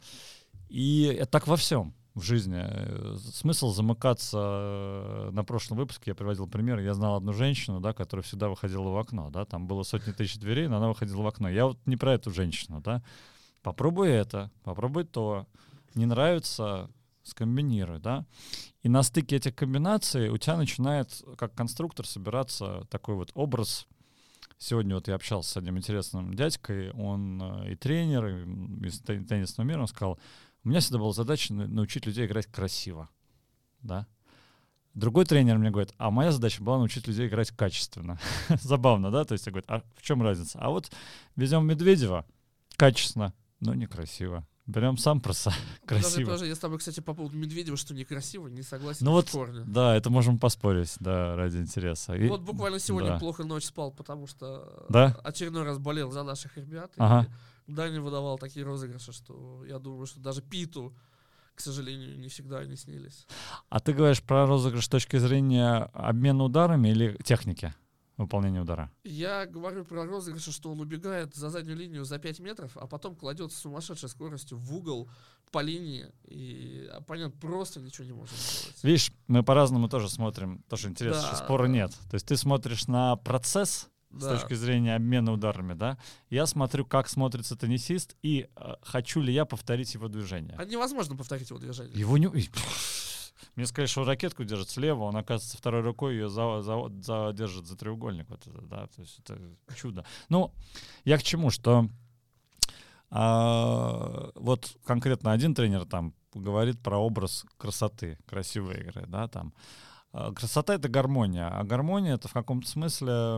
И это так во всем в жизни. Смысл замыкаться на прошлом выпуске, я приводил пример, я знал одну женщину, да, которая всегда выходила в окно, да, там было сотни тысяч дверей, но она выходила в окно. Я вот не про эту женщину, да. Попробуй это, попробуй то. Не нравится — скомбинируй, да. И на стыке этих комбинаций у тебя начинает, как конструктор, собираться такой вот образ. Сегодня вот я общался с одним интересным дядькой, он и тренер, и из теннисного мира, он сказал, у меня всегда была задача научить людей играть красиво, да. Другой тренер мне говорит, а моя задача была научить людей играть качественно. Забавно, да? То есть я говорю, а в чем разница? А вот везем Медведева качественно, но некрасиво. Берем Сампроса красиво. Тоже, я с тобой, кстати, по поводу Медведева, что некрасиво, не согласен. Ну вот, да, это можем поспорить, да, ради интереса. Вот буквально сегодня плохо ночь спал, потому что очередной раз болел за наших ребят. Ага. И Даня выдавал такие розыгрыши, что я думаю, что даже Питу, к сожалению, не всегда они снились. А ты говоришь про розыгрыш с точки зрения обмена ударами или техники выполнения удара? Я говорю про розыгрыш, что он убегает за заднюю линию за 5 метров, а потом кладет с сумасшедшей скоростью в угол по линии, и оппонент просто ничего не может сделать. Видишь, мы по-разному тоже смотрим, тоже интересно, что спора нет. То есть ты смотришь на процесс с точки зрения обмена ударами, да? Я смотрю, как смотрится теннисист, и хочу ли я повторить его движение. А невозможно повторить его движение. Его не... Мне сказали, что ракетку держит слева, он, оказывается, второй рукой ее держит за треугольник. Вот это, да, то есть это чудо. Ну, я к чему, что вот конкретно один тренер там говорит про образ красоты, красивой игры, да, там. Красота — это гармония, а гармония — это в каком-то смысле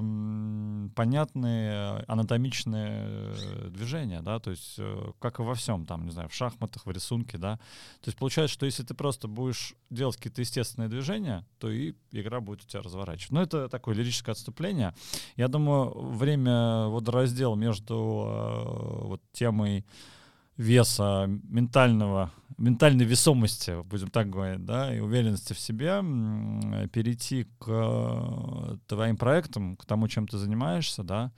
понятные анатомичные движения, да, то есть как и во всем, там, не знаю, в шахматах, в рисунке, да. То есть получается, что если ты просто будешь делать какие-то естественные движения, то и игра будет у тебя разворачиваться. Но это такое лирическое отступление. Я думаю, время водораздел между вот темой веса, ментальной весомости, будем так говорить, да, и уверенности в себе, перейти к твоим проектам, к тому, чем ты занимаешься, да,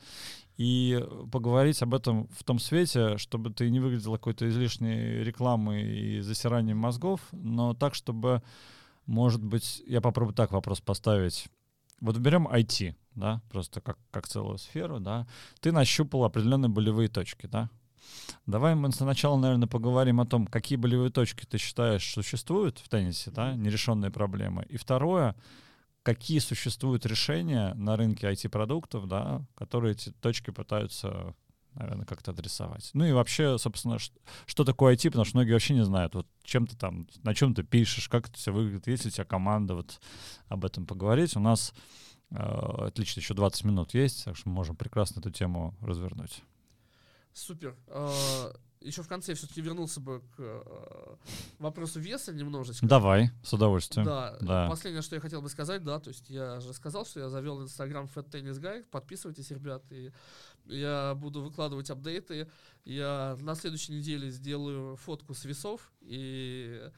и поговорить об этом в том свете, чтобы ты не выглядел какой-то излишней рекламой и засиранием мозгов, но так, чтобы, может быть, я попробую так вопрос поставить. Вот берем IT, да, просто как целую сферу, да, ты нащупал определенные болевые точки, да. Давай мы сначала, наверное, поговорим о том, какие болевые точки ты считаешь существуют в теннисе, да, нерешенные проблемы. И второе, какие существуют решения на рынке IT-продуктов, да, которые эти точки пытаются, наверное, как-то адресовать. Ну и вообще, собственно, что такое IT, потому что многие вообще не знают, вот чем ты там, на чем ты пишешь, как это все выглядит, есть ли у тебя команда, вот об этом поговорить. У нас отлично, еще 20 минут есть, так что мы можем прекрасно эту тему развернуть. Супер. Еще в конце я все-таки вернулся бы к вопросу веса немножечко. Давай, с удовольствием. Да. Последнее, что я хотел бы сказать, да, то есть я же сказал, что я завел Instagram Fat Tennis Guy. Подписывайтесь, ребят, и я буду выкладывать апдейты. Я на следующей неделе сделаю фотку с весов и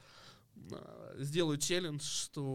сделаю челлендж,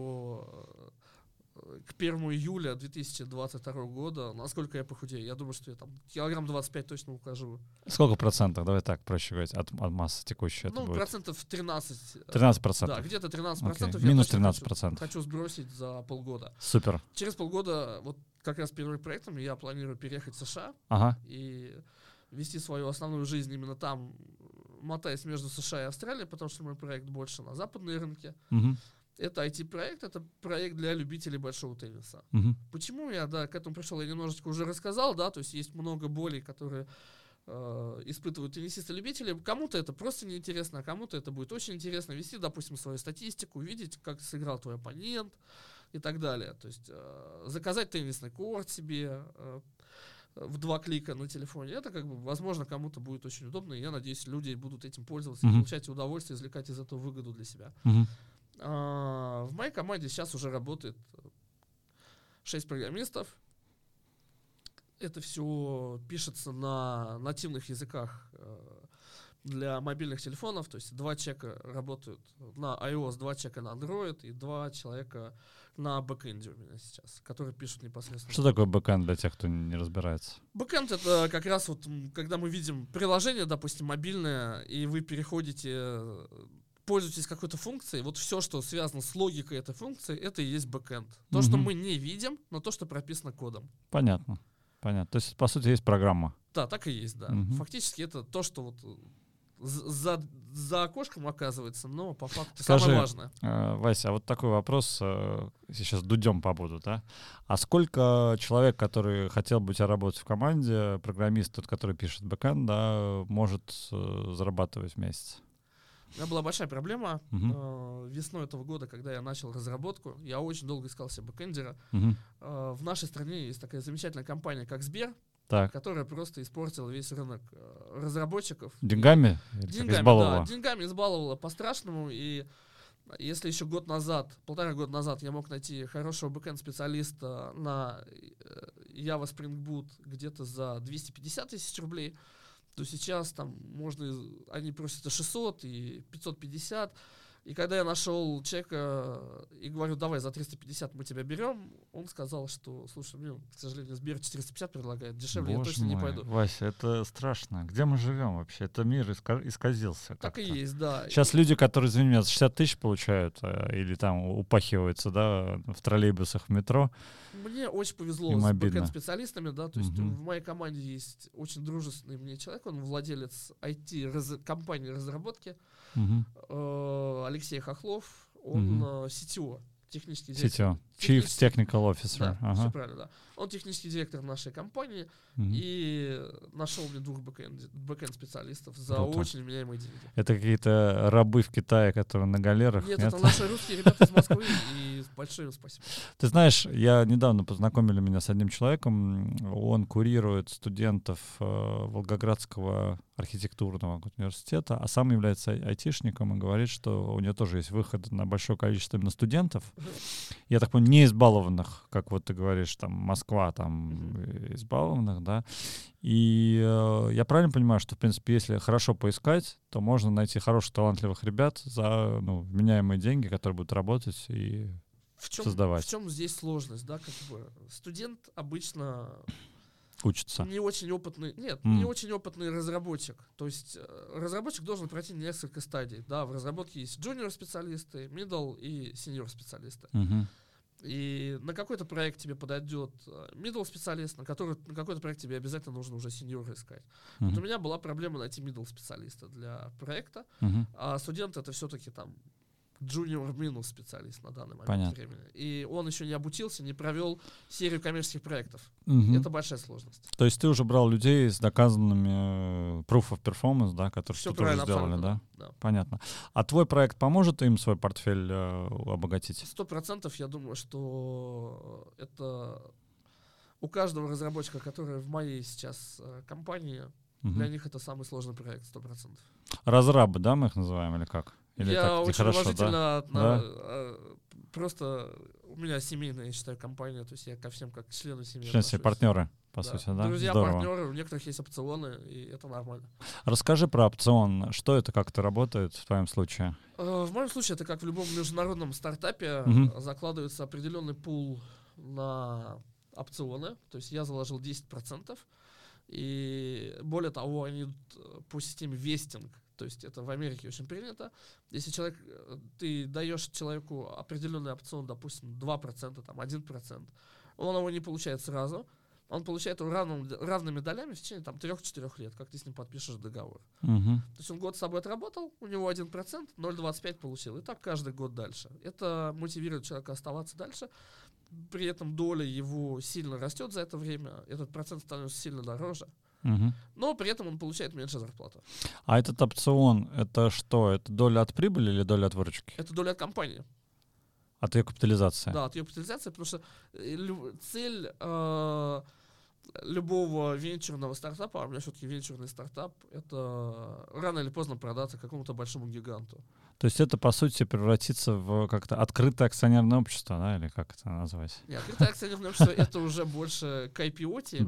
что к 1 июля 2022 года, насколько я похудею, я думаю, что я там килограмм 25 точно укажу. Сколько процентов, давай так проще говорить, от массы текущей? Ну, процентов 13. 13%? Да, где-то 13%. Okay. Минус 13%. Хочу сбросить за полгода. Супер. Через полгода, вот как раз первым проектом, я планирую переехать в США и вести свою основную жизнь именно там, мотаясь между США и Австралией, потому что мой проект больше на западные рынки. Это IT-проект, это проект для любителей большого тенниса. Почему я к этому пришел, я немножечко уже рассказал, да, то есть есть много болей, которые испытывают теннисисты-любители. Кому-то это просто неинтересно, а кому-то это будет очень интересно вести, допустим, свою статистику, увидеть, как сыграл твой оппонент и так далее. То есть заказать теннисный корт себе в 2 клика на телефоне. Это, как бы, возможно, кому-то будет очень удобно, и я надеюсь, люди будут этим пользоваться и получать удовольствие, извлекать из этого выгоду для себя. В моей команде сейчас уже работает 6 программистов. Это все пишется на нативных языках для мобильных телефонов. То есть 2 человека работают на iOS, 2 человека на Android и 2 человека на бэкэнде у меня сейчас, которые пишут непосредственно. Что такое бэкэнд для тех, кто не разбирается? Бэкэнд — это как раз вот, когда мы видим приложение, допустим, мобильное, и вы переходите, пользуетесь какой-то функцией, вот все, что связано с логикой этой функции, это и есть бэкэнд. То, что мы не видим, но то, что прописано кодом. Понятно. То есть, по сути, есть программа. Да, так и есть, да. Фактически это то, что вот за окошком оказывается, но по факту самое важное. Вася, а вот такой вопрос, сейчас дудем побуду, да? А сколько человек, который хотел бы у тебя работать в команде, программист, тот, который пишет бэкэнд, да, может зарабатывать в месяц? У меня была большая проблема весной этого года, когда я начал разработку. Я очень долго искал себе бэкэндера. В нашей стране есть такая замечательная компания, как Сбер, которая просто испортила весь рынок разработчиков. Деньгами? Деньгами, да, деньгами избаловала по-страшному. И если еще 1,5 года назад я мог найти хорошего бэкэнд-специалиста на Java Spring Boot где-то за 250 тысяч рублей, то сейчас там они просят 600 и 550. И когда я нашел человека и говорю, давай за 350 мы тебя берем, он сказал, что, слушай, мне, к сожалению, Сбер 450 предлагает, дешевле я точно не пойду. Вася, это страшно. Где мы живем вообще? Это мир исказился. Так как-то. И есть, да. Сейчас люди, которые, извини меня, 60 тысяч получают или там упахиваются, да, в троллейбусах, в метро. Мне очень повезло с бэкэнд-специалистами, да, то есть в моей команде есть очень дружественный мне человек, он владелец IT-компании разработки, Алексей Хохлов, он CTO. технический директор. CTO. Chief Technical Officer. Да, ага. все правильно, да. Он технический директор нашей компании и нашел мне 2 бэкэнд-специалистов за Круто. очень вменяемые деньги. Это какие-то рабы в Китае, которые на галерах? Нет, это наши русские ребята из Москвы, и большое им спасибо. Ты знаешь, я недавно познакомили меня с одним человеком, он курирует студентов Волгоградского архитектурного университета, а сам является айтишником и говорит, что у него тоже есть выход на большое количество именно студентов. Я так понимаю, не избалованных, как вот ты говоришь, там Москва, там избалованных, да. И я правильно понимаю, что, в принципе, если хорошо поискать, то можно найти хороших, талантливых ребят за вменяемые деньги, которые будут работать и создавать. В чем здесь сложность, да, как бы студент обычно учится. Не очень опытный, не очень опытный разработчик. То есть разработчик должен пройти несколько стадий. Да, в разработке есть junior-специалисты, middle и senior-специалисты. И на какой-то проект тебе подойдет middle-специалист, на какой-то проект тебе обязательно нужно уже senior искать. Вот у меня была проблема найти middle-специалиста для проекта, а студент это все-таки там junior минус специалист на данный момент времени. И он еще не обучился, не провел серию коммерческих проектов. Это большая сложность. То есть ты уже брал людей с доказанными proof of performance, да, которые что-то уже сделали, да? Да? Понятно. А твой проект поможет им свой портфель обогатить? 100% я думаю, что это у каждого разработчика, который в моей сейчас компании, для них это самый сложный проект, 100%. Разрабы, да, мы их называем, или как? Или я так, очень хорошо, уважительно, да? Просто у меня семейная, я считаю, компания, то есть я ко всем как к члену семьи отношусь. Все партнеры, по сути, да? Друзья, здорово. партнеры, у некоторых есть опционы, и это нормально. Расскажи про опцион. Что это, как это работает в твоем случае? В моем случае это как в любом международном стартапе, закладывается определенный пул на опционы, то есть я заложил 10%, и более того, они идут по системе вестинг. То есть это в Америке очень принято. Если ты даешь человеку определенный опцион, допустим, 2%, там, 1%, он его не получает сразу. Он получает его равными долями в течение 3-4 лет, как ты с ним подпишешь договор. То есть он год с собой отработал, у него 1%, 0,25 получил. И так каждый год дальше. Это мотивирует человека оставаться дальше. При этом доля его сильно растет за это время. Этот процент становится сильно дороже. Но при этом он получает меньше зарплату. А этот опцион, это что? Это доля от прибыли или доля от выручки? Это доля от компании. От ее капитализации? Да, от ее капитализации, потому что цель любого венчурного стартапа, а у меня все-таки венчурный стартап, это рано или поздно продаться какому-то большому гиганту. То есть это, по сути, превратится в как-то открытое акционерное общество, да, или как это назвать? Нет, открытое акционерное общество — это уже больше к IPO.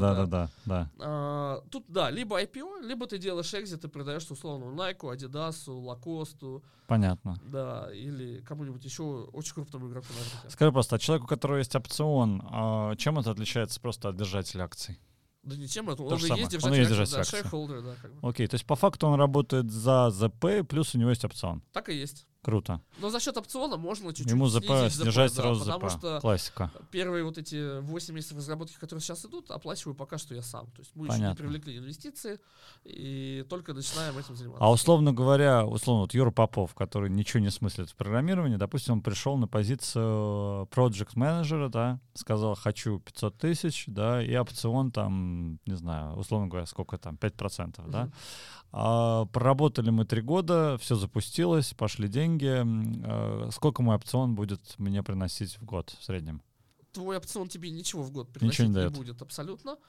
Да. Тут, да, либо IPO, либо ты делаешь экзит и продаешь условно Nike, Adidas, Lacoste. Понятно. Да, или кому-нибудь еще очень крупному игроку на рынке. Скажи просто, а человеку, у которого есть опцион, чем это отличается просто от держателя акций? Да ничем, это он и есть держатель акций. Shareholder, да, как бы. Окей, то есть по факту он работает за ЗП, плюс у него есть опцион. Так и есть. Круто. Но за счет опциона можно чуть-чуть ему ЗП снижать да, сразу потому ЗП. что Классика. Первые вот эти 8 месяцев разработки, которые сейчас идут, оплачиваю пока что я сам. То есть мы еще не привлекли инвестиции и только начинаем этим заниматься. А условно говоря, вот Юра Попов, который ничего не смыслит в программировании, допустим, он пришел на позицию project менеджера, да, сказал, хочу 500 тысяч, да, и опцион там, не знаю, условно говоря, сколько там, 5%, да. Проработали мы 3 года, все запустилось, пошли деньги. Сколько мой опцион будет мне приносить в год в среднем? Твой опцион тебе ничего в год приносить не будет абсолютно.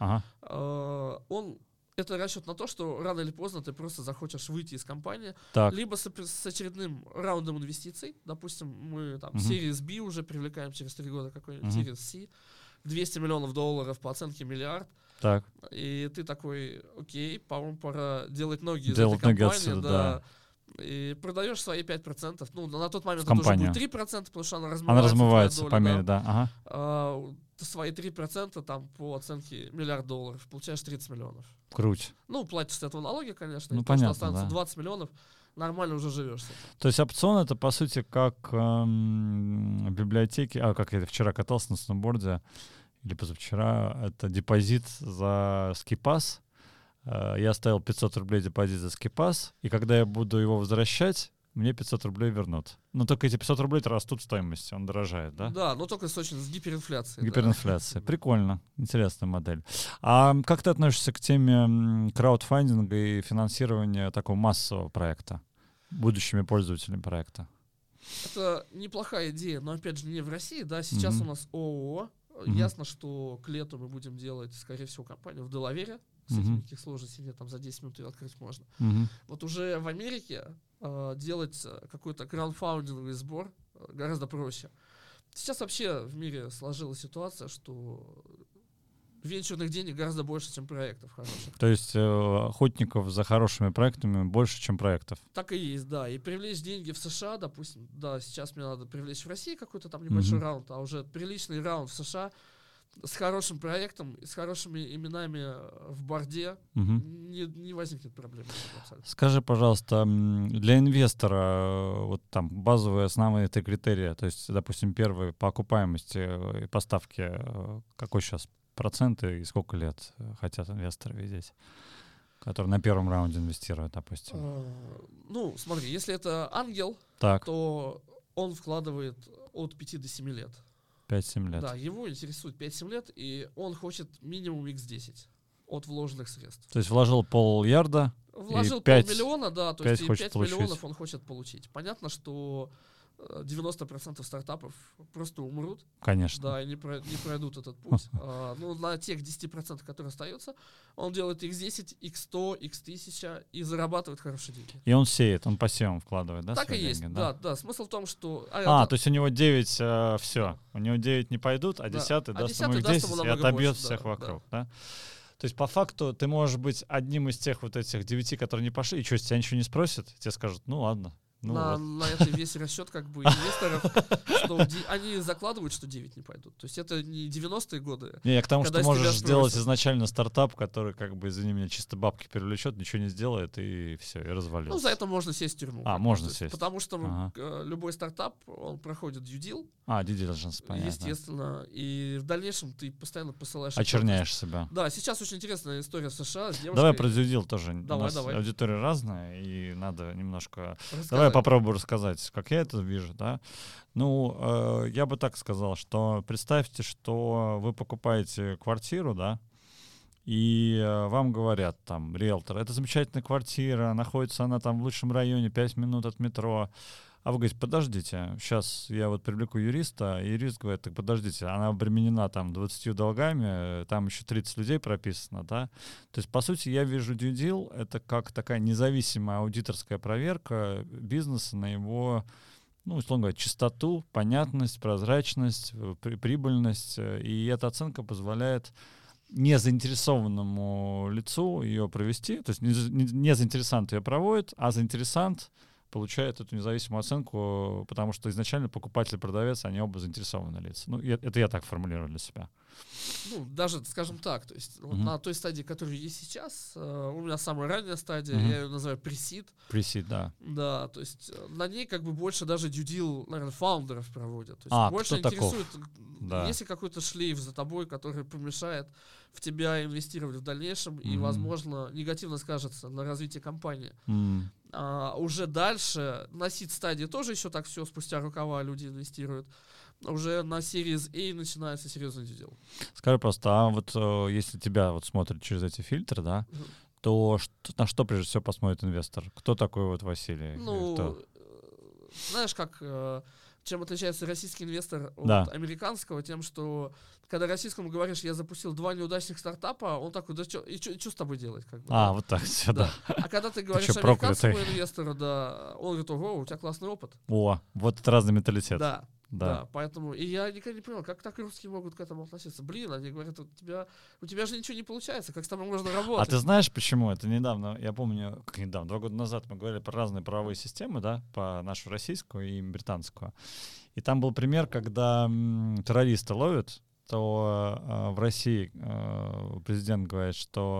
Это расчет на то, что рано или поздно ты просто захочешь выйти из компании, либо с очередным раундом инвестиций. Допустим, мы там Series B уже привлекаем через 3 года, какой-нибудь Series C, $200 миллионов по оценке $1 миллиард. Так. И ты такой, окей, по-моему, пора делать ноги из этой компании, отсюда, да. И продаешь свои 5%. Ну, на тот момент это уже будет 3%, потому что она размывается доля, по мере, да. Свои 3% там по оценке $1 миллиард, получаешь 30 миллионов. Круть. Ну, платишь с этого налоги, конечно. Ну, и понятно, то, что останется 20 миллионов, нормально уже живешь с этим. То есть опцион — это, по сути, как в библиотеке, как я вчера катался на сноуборде, или позавчера, это депозит за скипас. Я оставил 500 рублей депозит за скипас, и когда я буду его возвращать, мне 500 рублей вернут. Но только эти 500 рублей растут в стоимости, он дорожает, да? Да, но только с гиперинфляцией. Гиперинфляция. Да. Прикольно. Интересная модель. А как ты относишься к теме краудфандинга и финансирования такого массового проекта, будущими пользователями проекта? Это неплохая идея, но опять же не в России, да, сейчас у нас ООО. Ясно, что к лету мы будем делать, скорее всего, компанию в Делавере. С этим никаких сложностей нет, там за 10 минут ее открыть можно. Вот уже в Америке делать какой-то краундфандинговый сбор гораздо проще. Сейчас вообще в мире сложилась ситуация, что венчурных денег гораздо больше, чем проектов хороших. То есть охотников за хорошими проектами больше, чем проектов. Так и есть, да. И привлечь деньги в США, допустим, да, сейчас мне надо привлечь в России какой-то там небольшой раунд, а уже приличный раунд в США с хорошим проектом и с хорошими именами в борде не возникнет проблем. Скажи, пожалуйста, для инвестора вот там базовые основные три критерия, то есть, допустим, первый по окупаемости и поставке, какой сейчас проценты и сколько лет хотят инвесторы видеть, которые на первом раунде инвестируют, допустим? Ну, смотри, если это ангел, то он вкладывает от 5 до 7 лет. 5-7 лет. Да, его интересует 5-7 лет, и он хочет минимум x10 от вложенных средств. То есть вложил $500,000, вложил 5 миллиона, да, то есть 5 получить. миллионов он хочет получить. Понятно, что 90% стартапов просто умрут. Конечно. Да, и не пройдут этот путь. Но на тех 10%, которые остаются, он делает x10, x100, x1000 и зарабатывает хорошие деньги. И он сеет, он посевом вкладывает, да? Так и есть, деньги, да. Смысл в том, что... то есть у него 9, все. У него 9 не пойдут, а 10 даст ему их 10 и отобьет всех вокруг, да? То есть, по факту, ты можешь быть одним из тех вот этих 9, которые не пошли, и что, тебя ничего не спросят? Тебе скажут, ну ладно. На это весь расчет как бы инвесторов, что они закладывают, что 9 не пойдут. То есть это не 90-е годы. Не, я к тому, что можешь сделать изначально стартап, который, как бы, извини меня, чисто бабки привлечет, ничего не сделает, и все, и развалился. Ну, за это можно сесть в тюрьму. Можно сесть. Потому что любой стартап, он проходит due deal. Due diligence, понятно. Естественно. И в дальнейшем ты постоянно посылаешь... Очерняешь себя. Да, сейчас очень интересная история в США с девушкой. Давай про due deal тоже. Давай. Аудитория разная, и надо немножко... Давай попробую рассказать, как я это вижу, да. Ну, я бы так сказал, что представьте, что вы покупаете квартиру, да, и вам говорят, там, риэлтор, это замечательная квартира, находится она там в лучшем районе, 5 минут от метро. А вы говорите, подождите, сейчас я вот привлеку юриста, и юрист говорит, так подождите, она обременена там 20 долгами, там еще 30 людей прописано, да. То есть, по сути, я вижу due deal, это как такая независимая аудиторская проверка бизнеса на его, ну, условно говоря, чистоту, понятность, прозрачность, прибыльность, и эта оценка позволяет незаинтересованному лицу ее провести, то есть не заинтересант ее проводит, а заинтересант получает эту независимую оценку, потому что изначально покупатель и продавец, они оба заинтересованные лица. Ну, это я так формулирую для себя. Ну, даже, скажем так, то есть вот на той стадии, которая есть сейчас, у меня самая ранняя стадия, я ее называю pre-seed. Pre-seed, да. Да, то есть на ней как бы больше даже due deal, наверное, фаундеров проводят. То есть больше интересует, есть ли какой-то шлейф за тобой, который помешает в тебя инвестировать в дальнейшем и, возможно, негативно скажется на развитии компании. Уже дальше на seed стадии тоже еще так все спустя рукава люди инвестируют. Уже на Series A начинается серьезный due deal. Скажи просто, а вот если тебя вот смотрят через эти фильтры, да, то на что прежде всего посмотрит инвестор? Кто такой вот Василий? Ну, знаешь, как чем отличается российский инвестор от американского? Тем, что когда российскому говоришь, я запустил 2 неудачных стартапа, он такой, да что с тобой делать? Как бы, вот так все, да. А когда ты говоришь американскому инвестору, да, он говорит, ого, у тебя классный опыт. Вот это разный менталитет. Да, поэтому и я никогда не понял, как так русские могут к этому относиться. Блин, они говорят, у тебя же ничего не получается, как с тобой можно работать? А ты знаешь, почему? Это недавно, я помню, 2 года назад мы говорили про разные правовые системы, да, по нашу российскую и британскую. И там был пример, когда террориста ловят, то в России президент говорит,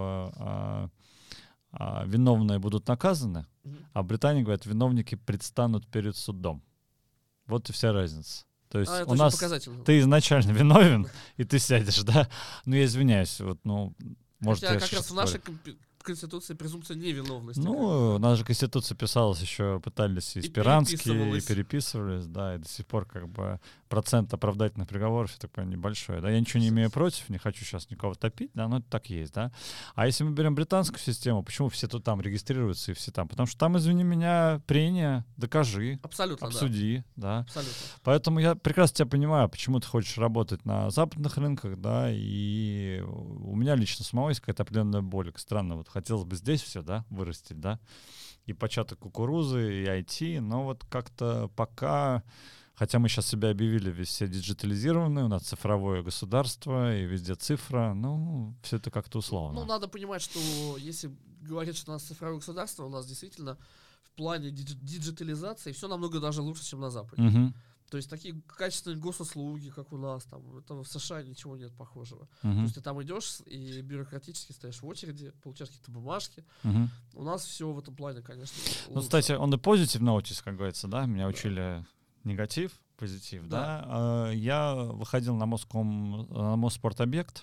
что виновные будут наказаны, а в Британии говорят, виновники предстанут перед судом. Вот и вся разница. То есть у нас ты изначально виновен, и ты сядешь, да? Ну, я извиняюсь, вот, может, хотя как раз в нашей Конституции презумпция невиновности. Ну, у нас же Конституция писалась еще, пытались и Спиранские, и переписывались, да, и до сих пор как бы процент оправдательных приговоров, я так понимаю, небольшой, да. Я ничего не имею против, не хочу сейчас никого топить, да, но это так есть, да. А если мы берем британскую систему, почему все тут там регистрируются и все там? Потому что там, извини меня, прения, докажи, абсолютно, обсуди, да. Абсолютно. Поэтому я прекрасно тебя понимаю, почему ты хочешь работать на западных рынках, да, и у меня лично самого есть какая-то определенная боль. Странно, вот хотелось бы здесь все, да, вырастить, да, и початок кукурузы, и IT, но вот как-то пока, хотя мы сейчас себя объявили все диджитализированные, у нас цифровое государство, и везде цифра, ну, все это как-то условно. Ну, надо понимать, что если говорить, что у нас цифровое государство, у нас действительно в плане диджитализации все намного даже лучше, чем на Западе. Угу. То есть такие качественные госуслуги, как у нас, там, это в США ничего нет похожего. То есть ты там идешь и бюрократически стоишь в очереди, получаешь какие-то бумажки. У нас все в этом плане, конечно, Ну, лучше. кстати, on the positive notice, как говорится, да, меня учили негатив, позитив, да. Я выходил на Мосспортобъект,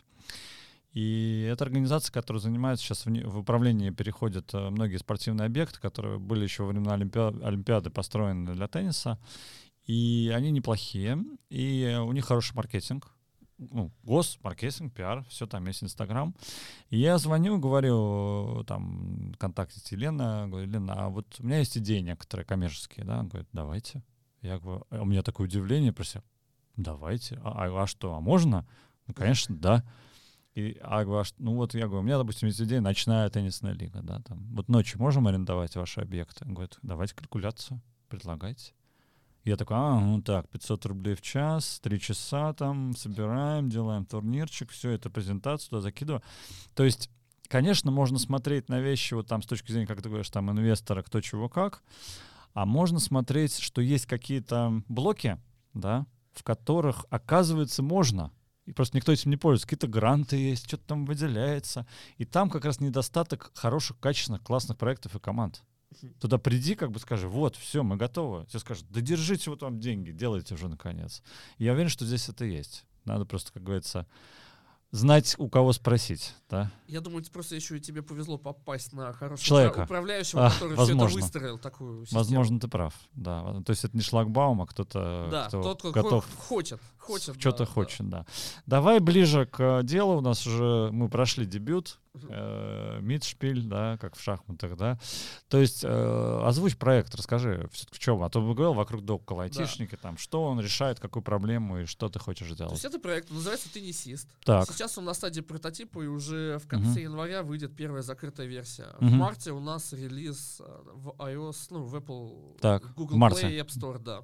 и это организация, которая занимается сейчас в управлении, переходят многие спортивные объекты, которые были еще во времена Олимпиады построены для тенниса. И они неплохие, и у них хороший маркетинг, ну, маркетинг, пиар, все там есть, Инстаграм. И я звоню, говорю, там, контактите Елена, говорю, Лена, а вот у меня есть идеи некоторые коммерческие, да, он говорит, давайте. Я говорю, у меня такое удивление, просто, давайте, а что, а можно? Ну, конечно, да. Я говорю, ну вот я говорю, у меня, допустим, есть идея ночная теннисная лига, да, там, вот ночью можем арендовать ваши объекты? Он говорит, давайте калькуляцию, предлагайте. Я такой, ну так, 500 рублей в час, 3 часа там, собираем, делаем турнирчик, все это, презентацию туда закидываю. То есть, конечно, можно смотреть на вещи вот там с точки зрения, как ты говоришь, там, инвестора, кто чего как, а можно смотреть, что есть какие-то блоки, да, в которых, оказывается, можно. И просто никто этим не пользуется. Какие-то гранты есть, что-то там выделяется. И там как раз недостаток хороших, качественных, классных проектов и команд. Туда приди, как бы скажи, вот, все, мы готовы. Все скажут, да держите вот вам деньги, делайте уже наконец. И я уверен, что здесь это есть. Надо просто, как говорится, знать, у кого спросить, да? Я думаю, просто еще и тебе повезло попасть на хорошего человека, управляющего, который все это выстроил, такую систему. Возможно, ты прав, да. То есть это не шлагбаум, а кто-то, да, кто тот, готов... хочет. Что-то хочет, да. Давай ближе к делу. У нас уже, мы прошли дебют, мидшпиль, да, как в шахматах, да. То есть озвучь проект, расскажи, в чем. А то мы говорил вокруг да около айтишники, там, что он решает, какую проблему и что ты хочешь сделать. То есть это проект называется «Теннисист». Так. Сейчас он на стадии прототипа, и уже в конце января выйдет первая закрытая версия. В марте у нас релиз в iOS, ну, в Apple, так, Google Play и App Store, да.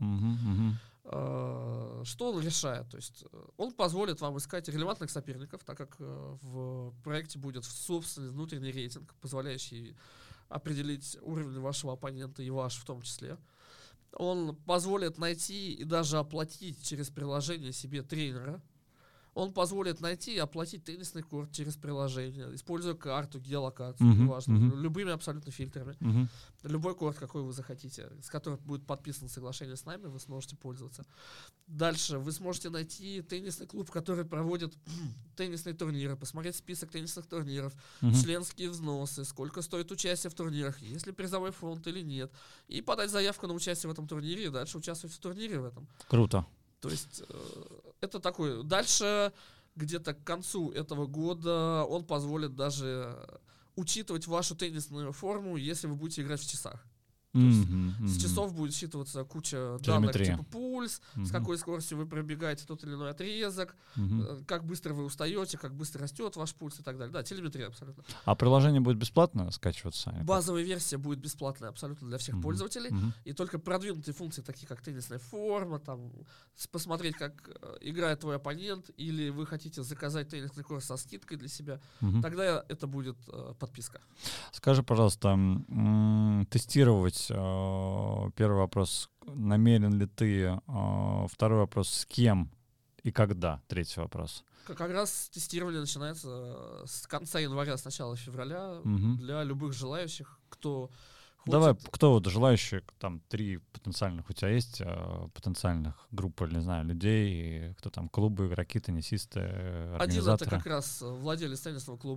Что он решает? То есть он позволит вам искать релевантных соперников, так как в проекте будет собственный внутренний рейтинг, позволяющий определить уровень вашего оппонента и ваш в том числе. Он позволит найти и даже оплатить через приложение себе тренера. Он позволит найти и оплатить теннисный корт через приложение, используя карту, геолокацию, неважно, любыми абсолютно фильтрами. Любой корт, какой вы захотите, с которым будет подписано соглашение с нами, вы сможете пользоваться. Дальше вы сможете найти теннисный клуб, который проводит теннисные турниры, посмотреть список теннисных турниров, членские взносы, сколько стоит участие в турнирах, есть ли призовой фонд или нет, и подать заявку на участие в этом турнире, и дальше участвовать в турнире в этом. Круто. То есть это такой... Дальше, где-то к концу этого года, он позволит даже учитывать вашу теннисную форму, если вы будете играть в часах. То есть с часов будет считываться куча данных, типа пульс, с какой скоростью вы пробегаете тот или иной отрезок, как быстро вы устаете, как быстро растет ваш пульс и так далее. Да, телеметрия абсолютно. А приложение будет бесплатно скачиваться? Базовая версия будет бесплатная абсолютно для всех пользователей. И только продвинутые функции, такие как теннисная форма, там, посмотреть, как играет твой оппонент, или вы хотите заказать теннисный корт со скидкой для себя, тогда это будет подписка. Скажи, пожалуйста, тестировать, первый вопрос, намерен ли ты, второй вопрос, с кем и когда, третий вопрос. Как раз тестирование начинается с конца января, с начала февраля, для любых желающих, кто хочет. Давай, кто вот желающие, там 3 потенциальных, у тебя есть потенциальных групп, не знаю, людей, кто там, клубы, игроки, теннисисты, организаторы? Один — это как раз владелец теннисного клуба,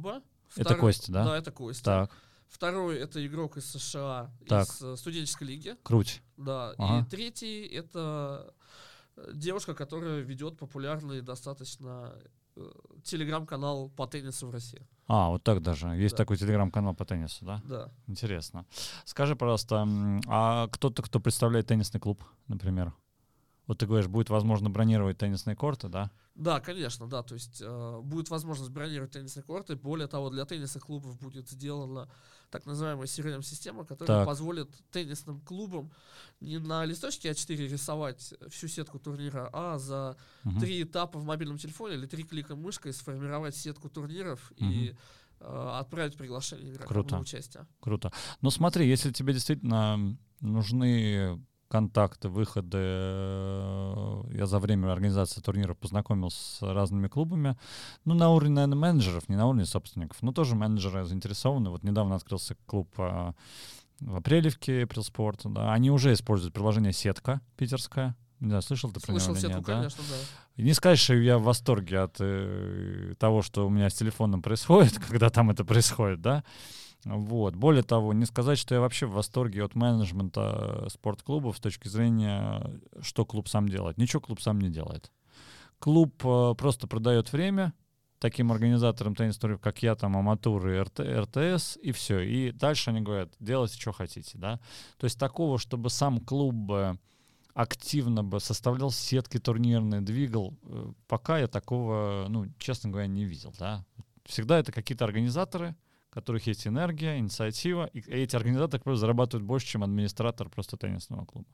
Это Костя, да? Да, это Костя. Так. Второй — это игрок из США, Так. из студенческой лиги. Круть. Да. Ага. И третий — это девушка, которая ведет популярный достаточно телеграм-канал по теннису в России. Вот так даже. Есть Да. такой телеграм-канал по теннису, да? Да. Интересно. Скажи, пожалуйста, а кто-то, кто представляет теннисный клуб, например? Вот ты говоришь, будет возможно бронировать теннисные корты, да? Да, конечно, да. То есть будет возможность бронировать теннисные корты. Более того, для теннисных клубов будет сделана так называемая CRM-система, которая позволит теннисным клубам не на листочке А4 рисовать всю сетку турнира, а за 3 этапа в мобильном телефоне или 3 клика мышкой сформировать сетку турниров и отправить приглашение игрокам на участие. Круто. Но смотри, если тебе действительно нужны контакты, выходы. Я за время организации турниров познакомился с разными клубами. На уровне, наверное, менеджеров, не на уровне собственников, но тоже менеджеры заинтересованы. Вот недавно открылся клуб в Апрелевке, April Sport. Да. Они уже используют приложение «Сетка» питерское. Не знаю, слышал ты про него или нет? Слышал «Сетку», конечно, да. Не скажешь, что я в восторге от того, что у меня с телефоном происходит, когда там это происходит, да? Вот. Более того, не сказать, что я вообще в восторге от менеджмента спортклубов с точки зрения, что клуб сам делает. Ничего клуб сам не делает. Клуб просто продает время таким организаторам теннис-турниров, как я, там, Аматур и РТС, и все. И дальше они говорят, делайте, что хотите, да. То есть такого, чтобы сам клуб активно бы составлял сетки турнирные, двигал, пока я такого, честно говоря, не видел, да. Всегда это какие-то организаторы, у которых есть энергия, инициатива, и эти организаторы просто зарабатывают больше, чем администратор просто теннисного клуба.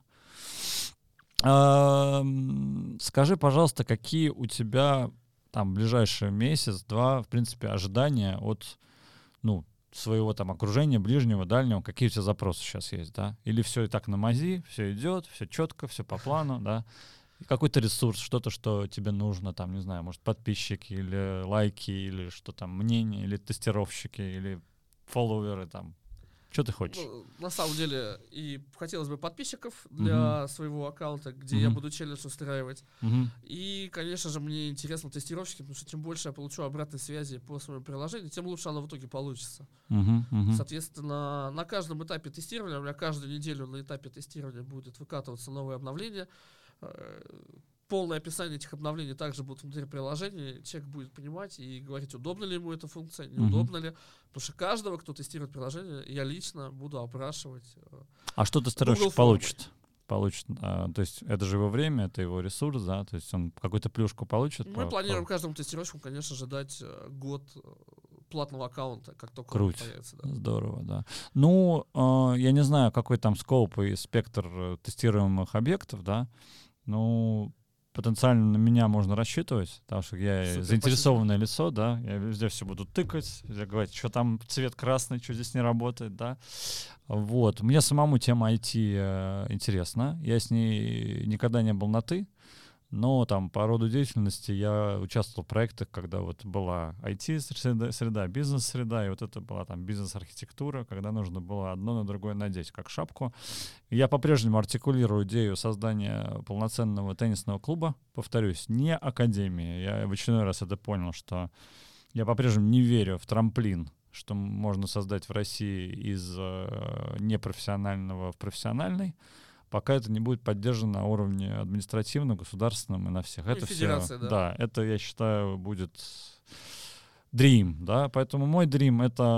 Скажи, пожалуйста, какие у тебя там ближайший месяц-два, в принципе, ожидания от, своего там окружения, ближнего, дальнего, какие у тебя запросы сейчас есть, да? Или все и так на мази, все идет, все четко, все по плану, да? И какой-то ресурс, что-то, что тебе нужно, там, не знаю, может, подписчики или лайки, или что там, мнение, или тестировщики, или фолловеры, там. Что ты хочешь? На самом деле, и хотелось бы подписчиков для своего аккаунта, где я буду челлендж устраивать. И, конечно же, мне интересно тестировщики, потому что чем больше я получу обратной связи по своему приложению, тем лучше оно в итоге получится. Соответственно, на каждом этапе тестирования, у меня каждую неделю на этапе тестирования будет выкатываться новое обновление. Полное описание этих обновлений также будет внутри приложения. Человек будет понимать и говорить, удобна ли ему эта функция, неудобно ли. Потому что каждого, кто тестирует приложение, я лично буду опрашивать. А что тестировщик получит? То есть это же его время, это его ресурс, да? То есть он какую-то плюшку получит? Мы планируем каждому тестировщику, конечно же, дать год платного аккаунта, как только он появится. Да. Здорово, да. Я не знаю, какой там скоуп и спектр тестируемых объектов, да. Потенциально на меня можно рассчитывать, потому что я заинтересованное лицо, да, я везде все буду тыкать, везде говорить, что там цвет красный, что здесь не работает, да. Вот. Мне самому тема IT интересна, я с ней никогда не был на «ты», но там по роду деятельности я участвовал в проектах, когда вот была IT-среда, бизнес-среда, и вот это была там бизнес-архитектура, когда нужно было одно на другое надеть, как шапку. Я по-прежнему артикулирую идею создания полноценного теннисного клуба. Повторюсь, не академии. Я в очередной раз это понял, что я по-прежнему не верю в трамплин, что можно создать в России из непрофессионального в профессиональный, пока это не будет поддержано на уровне административном, государственном и на всех. Это все, да, это, я считаю, будет dream, да, поэтому мой dream — это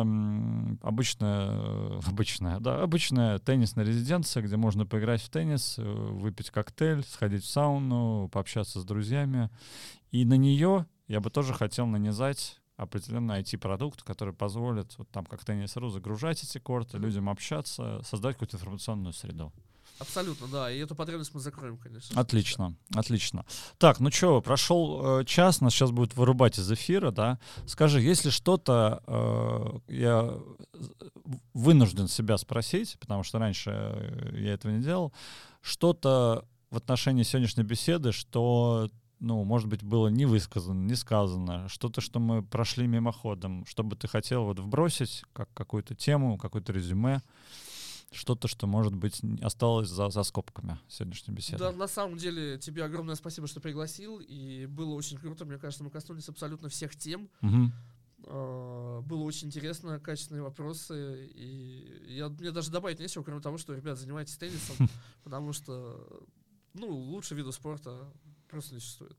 обычная теннисная резиденция, где можно поиграть в теннис, выпить коктейль, сходить в сауну, пообщаться с друзьями, и на нее я бы тоже хотел нанизать определенный IT-продукт, который позволит, вот там как Tennis.ru, загружать эти корты, людям общаться, создать какую-то информационную среду. Абсолютно, да. И эту потребность мы закроем, конечно. Отлично, отлично. Так, прошел час, нас сейчас будут вырубать из эфира, да. Скажи, если что-то я вынужден себя спросить, потому что раньше я этого не делал, что-то в отношении сегодняшней беседы, что, может быть, было не высказано, не сказано, что-то, что мы прошли мимоходом, что бы ты хотел вот вбросить, как какую-то тему, какое-то резюме, что-то, что, может быть, осталось за скобками сегодняшней беседы. Да, на самом деле, тебе огромное спасибо, что пригласил, и было очень круто. Мне кажется, мы коснулись абсолютно всех тем. Было очень интересно, качественные вопросы. И мне даже добавить нечего, кроме того, что, ребят, занимайтесь теннисом, потому что, лучше вида спорта просто не существует.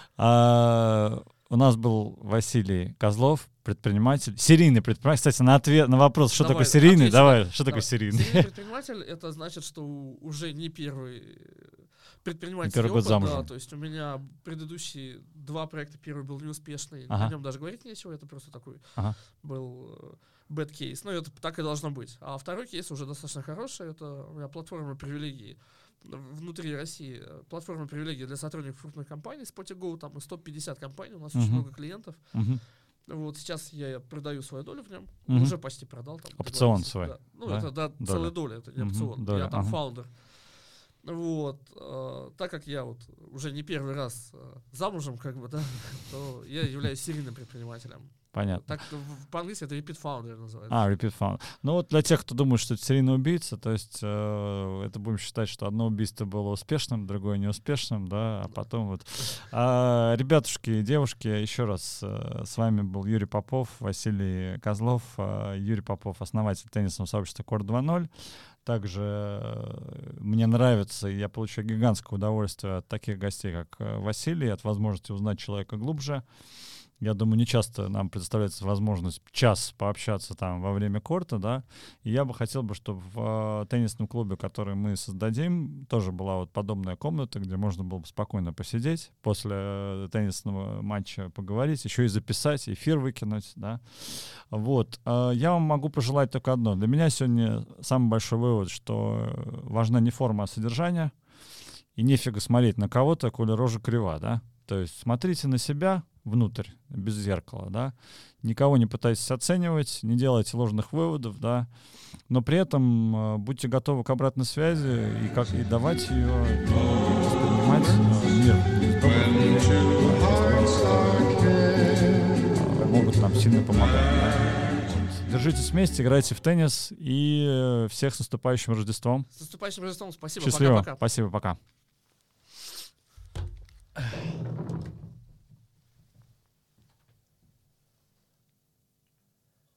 У нас был Василий Козлов, предприниматель, серийный предприниматель. Кстати, на вопрос, что такое серийный, что такое серийный? Серийный предприниматель — это значит, что уже не первый предпринимательский первый опыт. замужем. Да, то есть у меня предыдущие 2 проекта, первый был неуспешный, о нем даже говорить нечего, это просто такой был bad case. Но это так и должно быть. А второй кейс уже достаточно хороший, это у меня платформа привилегий внутри России, платформа привилегий для сотрудников крупных компаний, Spotigo, там 150 компаний, у нас очень много клиентов. Вот сейчас я продаю свою долю в нем, уже почти продал. Там, опцион свой. Да. Это целая доля, это не опцион. Я там фаундер. Вот, так как я уже не первый раз замужем, то я являюсь серийным предпринимателем. Понятно. Так по-английски это repeat founder называется. Repeat founder. Для тех, кто думает, что это серийный убийца, то есть это будем считать, что одно убийство было успешным, другое неуспешным, да, а потом ребятушки и девушки, еще раз, с вами был Юрий Попов, Василий Козлов. Юрий Попов, основатель теннисного сообщества Court 2.0. Также мне нравится, и я получаю гигантское удовольствие от таких гостей, как Василий, от возможности узнать человека глубже. Я думаю, не часто нам предоставляется возможность час пообщаться там во время корта, да, и я бы хотел, чтобы в теннисном клубе, который мы создадим, тоже была подобная комната, где можно было бы спокойно посидеть, после теннисного матча поговорить, еще и записать, эфир выкинуть, да. Я вам могу пожелать только одно. Для меня сегодня самый большой вывод, что важна не форма, а содержание, и нефига смотреть на кого-то, коли рожа крива, да. То есть смотрите на себя внутрь, без зеркала, да. Никого не пытайтесь оценивать, не делайте ложных выводов, да. Но при этом будьте готовы к обратной связи и давать ее, и воспринимать мир. Могут нам сильно помогать, да. Держитесь вместе, играйте в теннис, и всех с наступающим Рождеством. С наступающим Рождеством, спасибо. Счастливо. Пока-пока. Спасибо, пока.